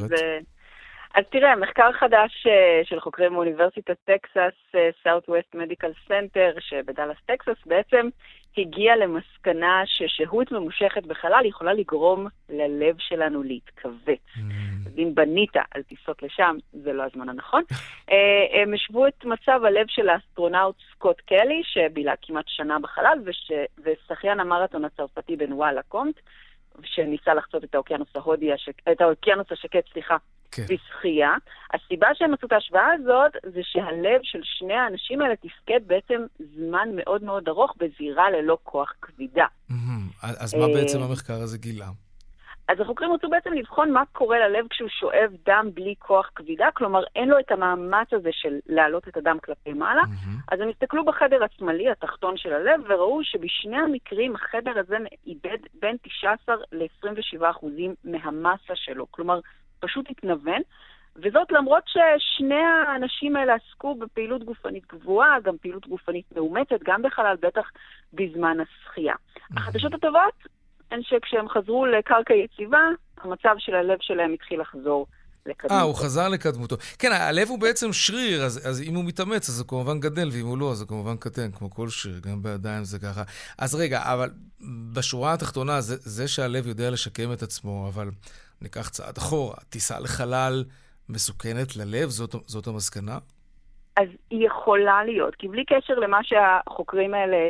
אז תראה, מחקר חדש של חוקרים מאוניברסיטת טקסס, Southwest Medical Center, שבדלס טקסס, בעצם הגיע למסקנה ששהות ממושכת בחלל יכולה לגרום ללב שלנו להתכווץ. אז אם בנית על טיסות לשם, זה לא הזמן הנכון. הם השוו את מצב הלב של האסטרונאוט סקוט קלי, שבילה כמעט שנה בחלל, ושחיין המרתון הצרפתי בנואל לקומט, שניסה לחצות את האוקיינוס השקט, בשחייה. הסיבה שהם עשו את ההשוואה הזאת, זה שהלב של שני האנשים האלה תפקד בעצם זמן מאוד מאוד ארוך בזירה ללא כוח כבידה. אז מה בעצם המחקר הזה גילה? אז החוקרים רוצו בעצם לבחון מה קורה ללב כשהוא שואב דם בלי כוח כבידה, כלומר אין לו את המאמץ הזה של להעלות את הדם כלפי מעלה. אז הם הסתכלו בחדר השמאלי, התחתון של הלב, וראו שבשני המקרים החדר הזה איבד בין 19 ל-27% מהמסה שלו, כלומר פשוט התנוון, וזאת למרות ששני האנשים האלה עסקו בפעילות גופנית גבוהה, גם פעילות גופנית מאומצת, גם בחלל, בטח בזמן השחייה. החדשות הטובות הן שכשהם חזרו לקרקע יציבה, המצב של הלב שלהם התחיל לחזור לקדמותו. הוא חזר לקדמותו. כן, הלב הוא בעצם שריר, אז אם הוא מתאמץ, אז הוא כמובן גדל, ואם הוא לא, אז הוא כמובן קטן, כמו כל שריר, גם בידיים זה ככה. אז רגע, אבל בשורה התחתונה, זה שהלב יודע לשקם את עצמו, אבל ניקח צעד אחורה, טיסה לחלל מסוכנת ללב, זאת המסקנה? אז היא יכולה להיות, כי בלי קשר למה שהחוקרים האלה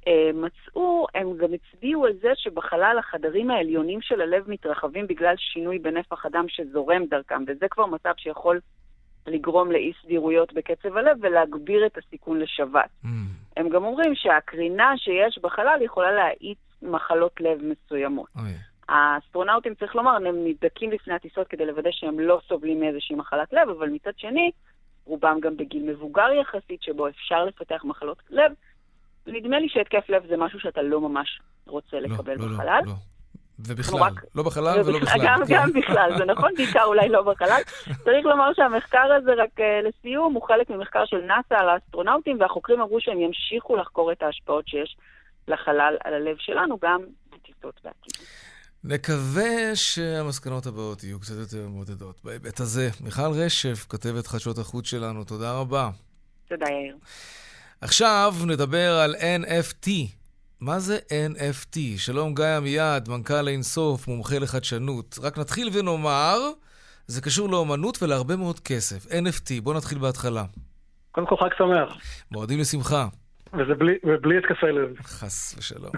מצאו, הם גם הצביעו על זה שבחלל החדרים העליונים של הלב מתרחבים בגלל שינוי בנפח הדם שזורם דרכם, וזה כבר מצב שיכול לגרום לאי סדירויות בקצב הלב ולהגביר את הסיכון לשבת. הם גם אומרים שהקרינה שיש בחלל יכולה להאיץ מחלות לב מסוימות. האסטרונאוטים, צריך לומר, הם נבדקים לפני הטיסות כדי לוודא שהם לא סובלים מאיזושהי מחלת לב, אבל מצד שני, רובם גם בגיל מבוגר יחסית, שבו אפשר לפתח מחלות לב. נדמה לי שהתקף לב זה משהו שאתה לא ממש רוצה לקבל בחלל. לא. ובכלל, לא בחלל ולא בכלל. גם בכלל, זה נכון, בעיקר אולי לא בחלל. צריך לומר שהמחקר הזה, רק לסיום, הוא חלק ממחקר של נאסא על האסטרונאוטים, והחוקרים אמרו שהם ימשיכו לחקור את ההשפעות שיש לחלל על הלב שלנו, גם בטיסות בעתיד. נקווה שהמסקנות הבאות יהיו קצת יותר מעודדות. בהיבט הזה, מיכל רשף, כתבת חדשות החוץ שלנו, תודה רבה. תודה יאיר. עכשיו נדבר על NFT. מה זה NFT? שלום גיא עמיעד, מנכ"ל אינסוף, מומחה לחדשנות. רק נתחיל ונאמר, זה קשור לאומנות ולהרבה מאוד כסף. NFT, בוא נתחיל בהתחלה. קודם כל חג שמח. מועדים לשמחה. וזה בלי התקפי לב. חס ושלום.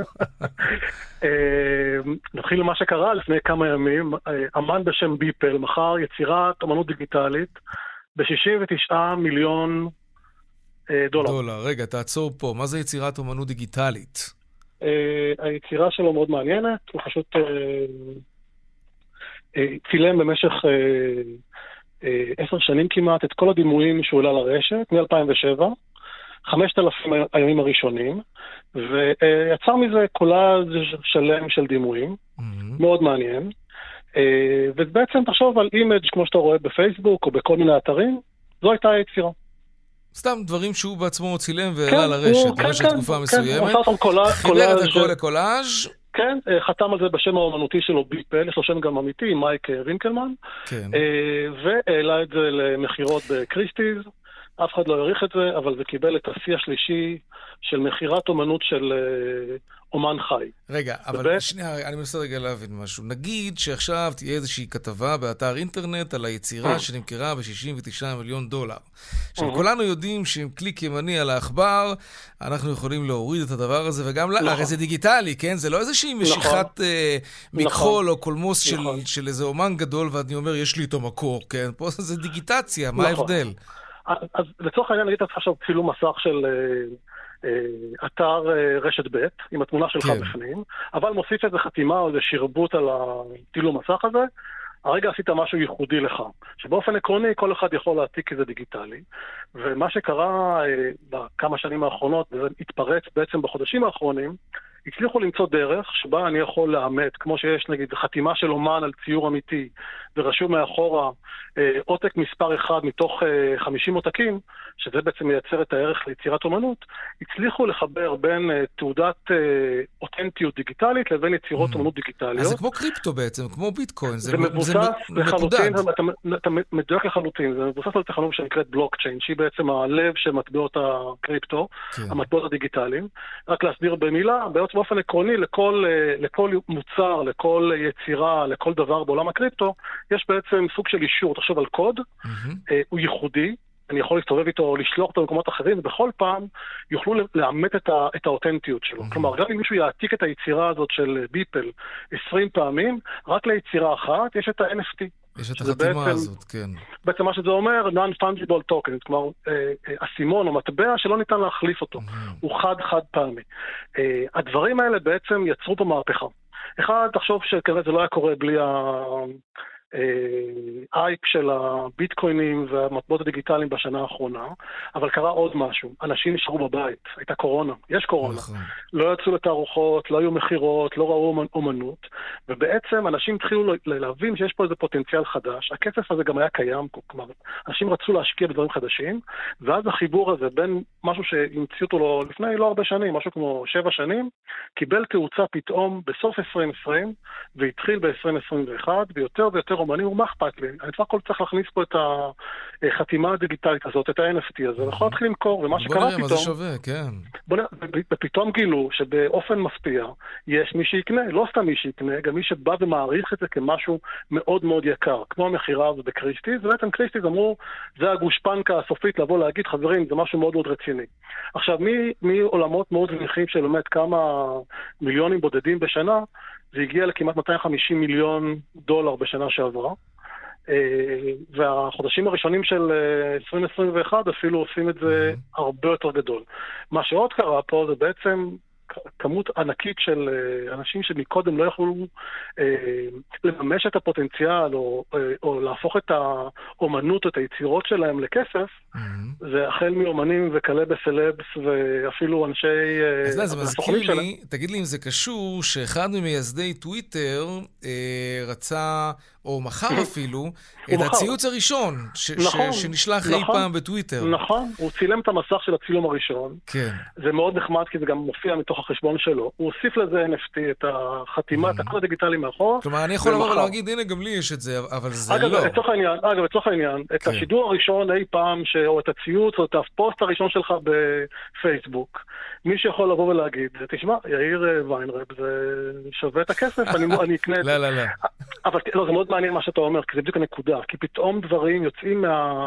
נתחיל למה שקרה לפני כמה ימים. אמן בשם ביפל מכר יצירת אמנות דיגיטלית ב$69 מיליון. דולר. רגע, תעצור פה. מה זה יצירת אמנות דיגיטלית? היצירה שלו מאוד מעניינת. הוא פשוט צילם במשך 10 שנים כמעט את כל הדימויים שהוא העלה לרשת, מ-2007, 5,000 הימים הראשונים, ויצר מזה קולאז' שלם של דימויים, מאוד מעניין. ובעצם תחשוב על אימג' כמו שאתה רואה בפייסבוק או בכל מיני אתרים, זו הייתה היצירה. סתם דברים שהוא בעצמו צילם והעלה לרשת, במשך תקופה מסוימת. חיבר את הכל לקולאז'. כן, חתם על זה בשם האומנותי שלו ביפל, יש לו שם גם אמיתי, מייק וינקלמן, והעלה את זה למחירות בקריסטיז. אף אחד לא יעריך את זה, אבל זה קיבל את השיא השלישי של מחירת אומנות של אומן חי. רגע, אבל שנייה, אני מנסה רגע להבין משהו. נגיד שעכשיו תהיה איזושהי כתבה באתר אינטרנט על היצירה שנמכרה ב$69 מיליון. עכשיו, כולנו יודעים שעם קליק ימני על העכבר, אנחנו יכולים להוריד את הדבר הזה, וגם הרי זה דיגיטלי, כן? זה לא איזושהי משיכת מכחול או קולמוס של איזה אומן גדול, ואני אומר, יש לי את המקור, כן? פה זה דיגיטציה, מה ההבדל? אז לצורך העניין, נגיד עכשיו צילום מסך של אתר רשת ב' עם התמונה שלך בפנים, אבל מוסיף איזה חתימה או איזה שרבוט על הצילום מסך הזה, הרגע עשית משהו ייחודי לך, שבאופן עקרוני כל אחד יכול להעתיק איזה דיגיטלי, ומה שקרה בכמה שנים האחרונות, וזה התפרץ בעצם בחודשים האחרונים, הצליחו למצוא דרך שבה אני יכול לאמת, כמו שיש נגיד חתימה של אומן על ציור אמיתי, ורשום מאחורה עותק מספר אחד מתוך 50 עותקים, שזה בעצם מייצר את הערך ליצירת אומנות, הצליחו לחבר בין תעודת אותנטיות דיגיטלית לבין יצירות אומנות דיגיטליות. אז זה כמו קריפטו בעצם, כמו ביטקוין, זה מבוסס לחלוטין, אתה מדויק לחלוטין, זה מבוסס על טכנולוגיה שנקראת בלוקצ'יין, שהיא בעצם הלב של מטבעות הקריפטו, המטבעות הדיגיטליים. רק להסביר במילה, באופן עקרוני לכל מוצר, לכל יצירה, לכל דבר בעולם הקריפטו, יש בעצם סוג של אישור, תחשוב על קוד, הוא ייחודי, אני יכול להסתובב איתו או לשלוח אותו במקומות אחרים, ובכל פעם יוכלו לאמת את האותנטיות שלו. כלומר, גם אם מישהו יעתיק את היצירה הזאת של ביפל 20 פעמים, רק ליצירה אחת יש את ה-NFT. יש את החתימה הזאת, כן. בעצם מה שזה אומר, non-fungible token, כלומר, אסימון או מטבע שלא ניתן להחליף אותו. הוא חד פעמי. הדברים האלה בעצם יצרו פה מהפכה. אחד, תחשוב שכזה זה לא היה קורה בלי האייפ של הביטקוינים והמטבעות הדיגיטליים בשנה האחרונה, אבל קרה עוד משהו. אנשים נשארו בבית, הייתה קורונה, יש קורונה. לא יצאו לתערוכות, לא היו מחירות, לא ראו אומנות, ובעצם אנשים התחילו להבין שיש פה איזה פוטנציאל חדש. הכסף הזה גם היה קיים, כלומר, אנשים רצו להשקיע בדברים חדשים, ואז החיבור הזה בין משהו שהמציאו אותו לו לפני לא הרבה שנים, משהו כמו 7 שנים, קיבל תאוצה פתאום בסוף 2020, והתחיל ב-2021, ויותר ויותר אומנים, הוא מה אכפת לי? אני כבר כל צריך להכניס פה את החתימה הדיגיטלית הזאת, את ה-NFT הזה, ויכול להתחיל למכור, ומה שקרה פתאום... בוא נראה מה זה שווה, כן. ופתאום גילו שבאופן מפתיע יש מי שיקנה, לא סתם מי שיקנה, גם מי שבא ומעריך את זה כמשהו מאוד מאוד יקר, כמו המחירה הזו בקריסטיז, ובעצם קריסטיז אמרו, זה הגושפנקה הסופית לבוא להגיד, חברים, זה משהו מאוד מאוד רציני. עכשיו, מעולמות מאוד זניחים של באמת כמה מיליונים בודדים בשנה, זה הגיע לכמעט 250 מיליון דולר בשנה שעברה, והחודשים הראשונים של 2021 אפילו עושים את זה הרבה יותר גדול. מה שעוד קרה פה זה בעצם כמות ענקית של אנשים שמקודם לא יכולו לממש את הפוטנציאל או להפוך את האומנות, את היצירות שלהם לכסף, זה החל מאומנים וכלה בסלבס ואפילו אנשי... אז זה מזכיר לי, תגיד לי אם זה קשור, שאחד ממייסדי טוויטר רצה, או מחר אפילו, את הציוץ הראשון שנשלח אי פעם בטוויטר. נכון, הוא צילם את המסך של הצילום הראשון. כן. זה מאוד נחמד כי זה גם מופיע מתוך החשבון שלו. הוא הוסיף לזה NFT, את החתימה, את הכל הדיגיטלי מאחור. כלומר, אני יכול לבוא ולהגיד, הנה, גם לי יש את זה, אבל זה לא. אגב, לצורך העניין, את השידור הראשון אי פעם, או את הציוץ, או את הפוסט הראשון שלך בפייסבוק, מי שיכול לבוא ולהגיד, תשמע, יאיר ויינרב, זה שווה את הכסף, אני אקנה את זה. לא. אבל לא, זה מאוד מעניין מה שאתה אומר, כי זה בדיוק הנקודה, כי פתאום דברים יוצאים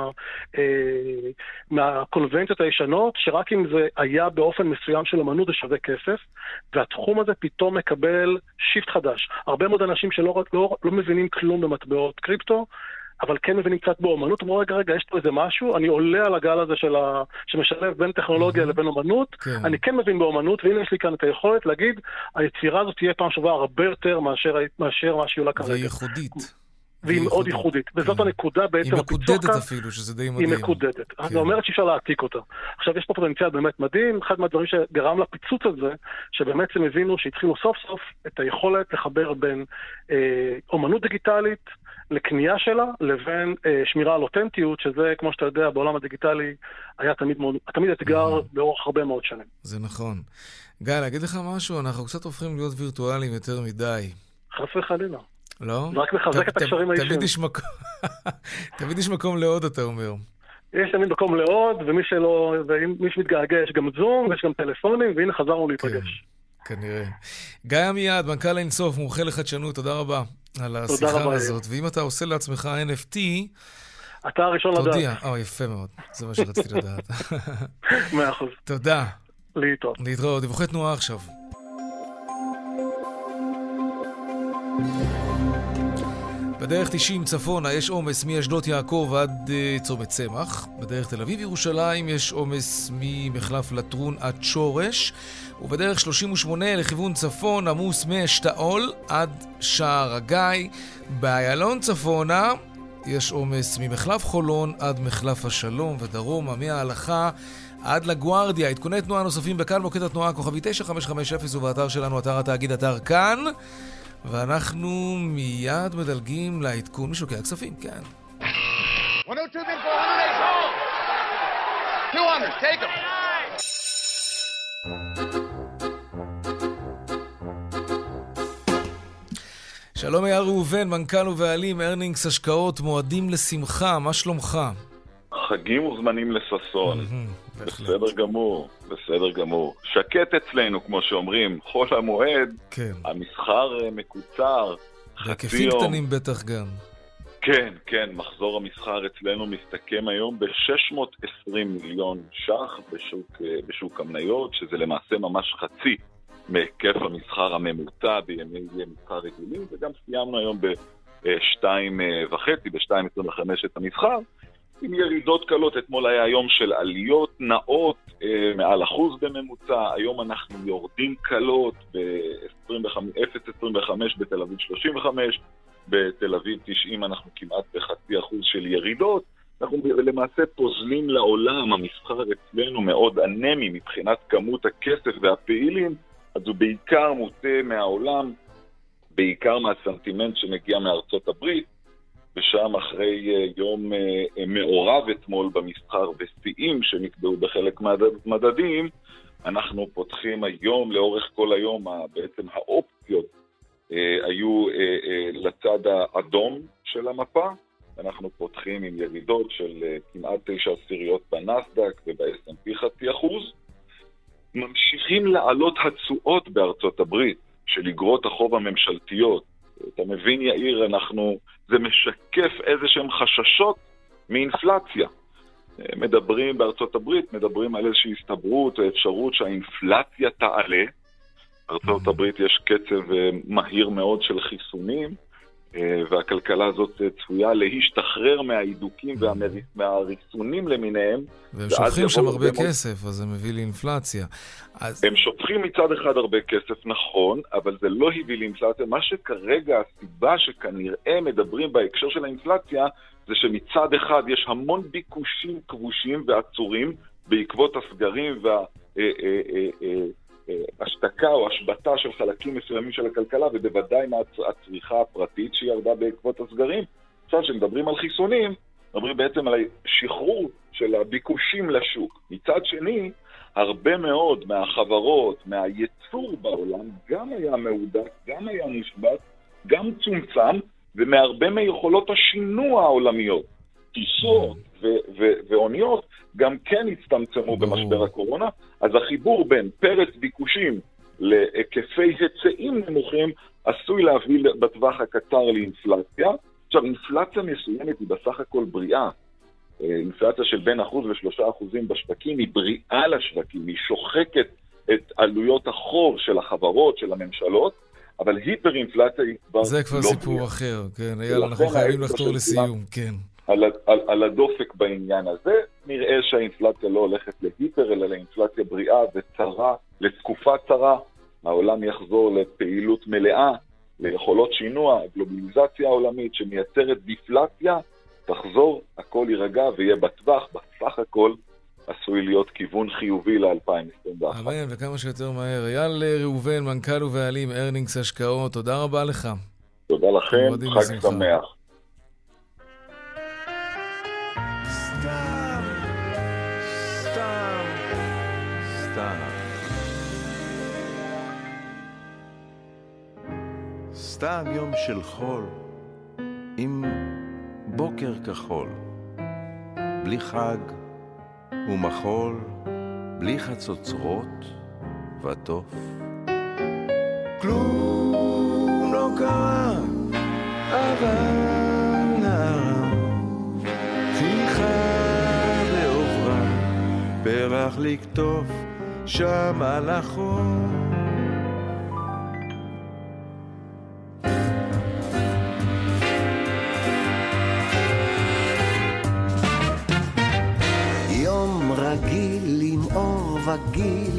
מהקונבנציות הישנות, שרק אם זה היה באופן מסוים של אמנות זה שווה כסף, והתחום הזה פתאום מקבל שיפט חדש. הרבה מאוד אנשים שלא מבינים כלום במטבעות קריפטו, אבל כן מבינים קצת באומנות, אמרו, רגע, יש פה איזה משהו, אני עולה על הגל הזה שמשלב בין טכנולוגיה לבין אומנות, אני כן מבין באומנות, והנה יש לי כאן את היכולת להגיד, היצירה הזאת תהיה פעם שווה הרבה יותר מאשר מה שהיא עולה כרגע. והיא ייחודית. והיא מאוד ייחודית, וזאת הנקודה בעצם... היא מקודדת אפילו, שזה די מדהים. היא מקודדת, זאת אומרת שאפשר להעתיק אותה. עכשיו יש פה פוטנציאל באמת מדהים, אחד מהדברים שגרם לפיצוץ הזה, שבאמת הם הבינו שהתחילו סוף סוף את היכולת לחבר בין אומנות דיגיטלית, לקנייה שלה, לבין שמירה על אותנטיות, שזה, כמו שאתה יודע, בעולם הדיגיטלי היה תמיד אתגר באורך הרבה מאוד שנים. זה נכון. גיא, להגיד לך משהו, אנחנו קצת הופכים להיות וירטואליים יותר מדי. חס וחלילה. לא? זה רק מחזק את הקשרים האישיים. תמיד יש מקום לעוד, אתה אומר. יש תמיד מקום לעוד, ומי שמתגעגע יש גם זום, ויש גם טלפונים, והנה חזרנו להיפגש. כנראה. גיא עמיעד, מנכ"ל אינסוף, מומחה לחדשנות, תודה רבה על השיחה הזאת. ואם אתה עושה לעצמך NFT, אתה הראשון לדעת. תודיע. יפה מאוד, זה מה שרציתי לדעת. 100%. תודה. להתראות. להתראות, דיווחי תנועה עכשיו. בדרך 90 צפונה יש עומס מאשדות יעקב עד צומת צמח. בדרך תל אביב ירושלים יש עומס ממחלף לטרון עד שורש. ובדרך 38 לכיוון צפון עמוס מאשתאול עד שער הגיא. באיילון צפונה יש עומס ממחלף חולון עד מחלף השלום, ודרומה מההלכה עד לגוארדיה. עדכוני תנועה נוספים בכאן מוקד התנועה כוכבי 9550 ובאתר שלנו, אתר התאגיד, אתר כאן. ואנחנו מיד מדלגים לעדכון משוקי הכספים, כן. 102 bid for 108 sold. 200, take them. שלום אייל ראובן, מנכ"ל ובעלים ארנינגס השקעות, מועדים לשמחה, מה שלומך? חגים וזמנים לששון. בסדר גמור, בסדר גמור. שקט אצלנו, כמו שאומרים, חול המועד, כן. המסחר מקוצר, חצי יום. בהיקפים קטנים בטח גם. כן, כן, מחזור המסחר אצלנו מסתכם היום ב-620 מיליון ש"ח בשוק המניות, שזה למעשה ממש חצי מהיקף המסחר הממוצע בימי מסחר רגילים, וגם סיימנו היום ב-2.5, ב-2.25 את המסחר, עם ירידות קלות. אתמול היה יום של עליות נאות מעל 1% בממוצע, היום אנחנו יורדים קלות ב-0.25 בתל אביב 35, בתל אביב 90 אנחנו כמעט ב0.5% של ירידות. אנחנו למעשה פוזלים לעולם, המסחר אצלנו מאוד אנמי מבחינת כמות הכסף והפעילים, אז הוא בעיקר מוטה מהעולם, בעיקר מהסנטימנט שמגיע מארצות הברית, ושם אחרי יום מעורב אתמול במסחר בשיאים שנקבעו בחלק מהמדדים, אנחנו פותחים היום, לאורך כל היום, בעצם האופציות היו לצד האדום של המפה, אנחנו פותחים עם ירידות של כמעט 9% בנסדק וב-S&P 0.5%, ממשיכים לעלות התשואות בארצות הברית של אגרות החוב הממשלתיות. אתה מבין יאיר, זה משקף איזה שהם חששות מאינפלציה. מדברים בארצות הברית, מדברים על איזושהי הסתברות או אפשרות שהאינפלציה תעלה. בארצות הברית יש קצב מהיר מאוד של חיסונים, והכלכלה הזאת צפויה להשתחרר מהעידוקים והריסונים למיניהם. והם שופכים שם הרבה כסף, אז זה מביא לאינפלציה. הם שופכים מצד אחד הרבה כסף, נכון, אבל זה לא הביא לאינפלציה. מה שכרגע הסיבה שכנראה מדברים בהקשר של האינפלציה, זה שמצד אחד יש המון ביקושים כבושים ועצורים בעקבות הסגרים השתקה או השבטה של חלקים מסוימים של הכלכלה, ובוודאי מהצריכה הפרטית שירדה בעקבות הסגרים. עכשיו שמדברים על חיסונים, מדברים בעצם על השחרור של הביקושים לשוק. מצד שני, הרבה מאוד מהחברות, מהייצור בעולם, גם היה מעודד, גם היה מושבת, גם צומצם, ומהרבה מיכולות השינוע העולמיות, טיסות ואוניות, גם כן הצטמצמו במשבר הקורונה. אז החיבור בין פרץ ביקושים להיקפי היצעים נמוכים עשוי להביא בטווח הקצר לאינפלציה. עכשיו, אינפלציה מסוימת היא בסך הכל בריאה. אינפלציה של בין 1% ל3% בשווקים היא בריאה לשווקים, היא שוחקת את עלויות החוב של החברות, של הממשלות, אבל היפר-אינפלציה היא כבר זה כבר סיפור אחר, כן. יאללה, אנחנו חייבים לחתור לסיום, כן. על הדופק בעניין הזה, נראה שהאינפלציה לא הולכת להיפר, אלא לאינפלציה בריאה וצרה, לתקופה צרה. העולם יחזור לפעילות מלאה, ליכולות שינוע, גלובליזציה העולמית שמייצרת דיפלציה, תחזור, הכל יירגע ויהיה בטווח, בסך הכל עשוי להיות כיוון חיובי ל-2021. אמן, וכמה שיותר מהר. אייל ראובן, מנכ"ל ובעלים ארנינגס השקעות, תודה רבה לך. תודה לכם, חג שמח. סתם יום של חול עם בוקר כחול, בלי חג ומחול, בלי חצוצרות וטוף. כלום לא קרה, אבל נערה פיחה ועוברה, פרח לקטוף שם על החור.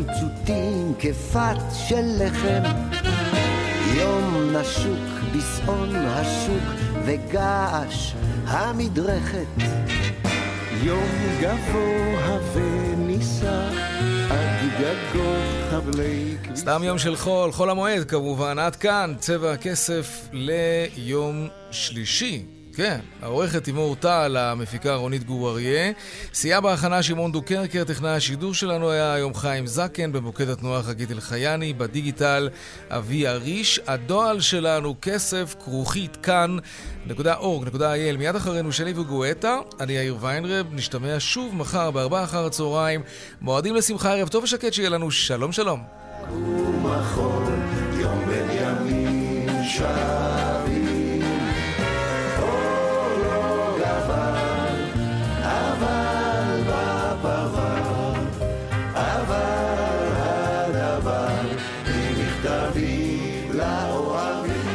צוטים כפת של לחם, יום נשוק בסעון השוק וגעש המדרכת, יום גבוה וניסה עד גגות חבלי כביסה. סתם יום של חול, חול המועד כמובן. עד כאן צבע הכסף ליום שלישי. כן, העורכת תימור טל, המפיקה רונית גור אריה, סייע בהכנה שמעון דוקרקר, טכנאי השידור שלנו היה היום חיים זקן, במוקד התנועה חגית אלחייני, בדיגיטל אבי אריש. הדואל שלנו כסף@כאן.org.il. מיד אחרינו שלי וגואטה, אני יאיר ויינרב, נשתמע שוב מחר ב4 אחר הצהריים. מועדים לשמחה, ערב טוב ושקט שיהיה לנו. שלום שלום. ומחול יום בין ימים שבים, מכתבי לאוהבים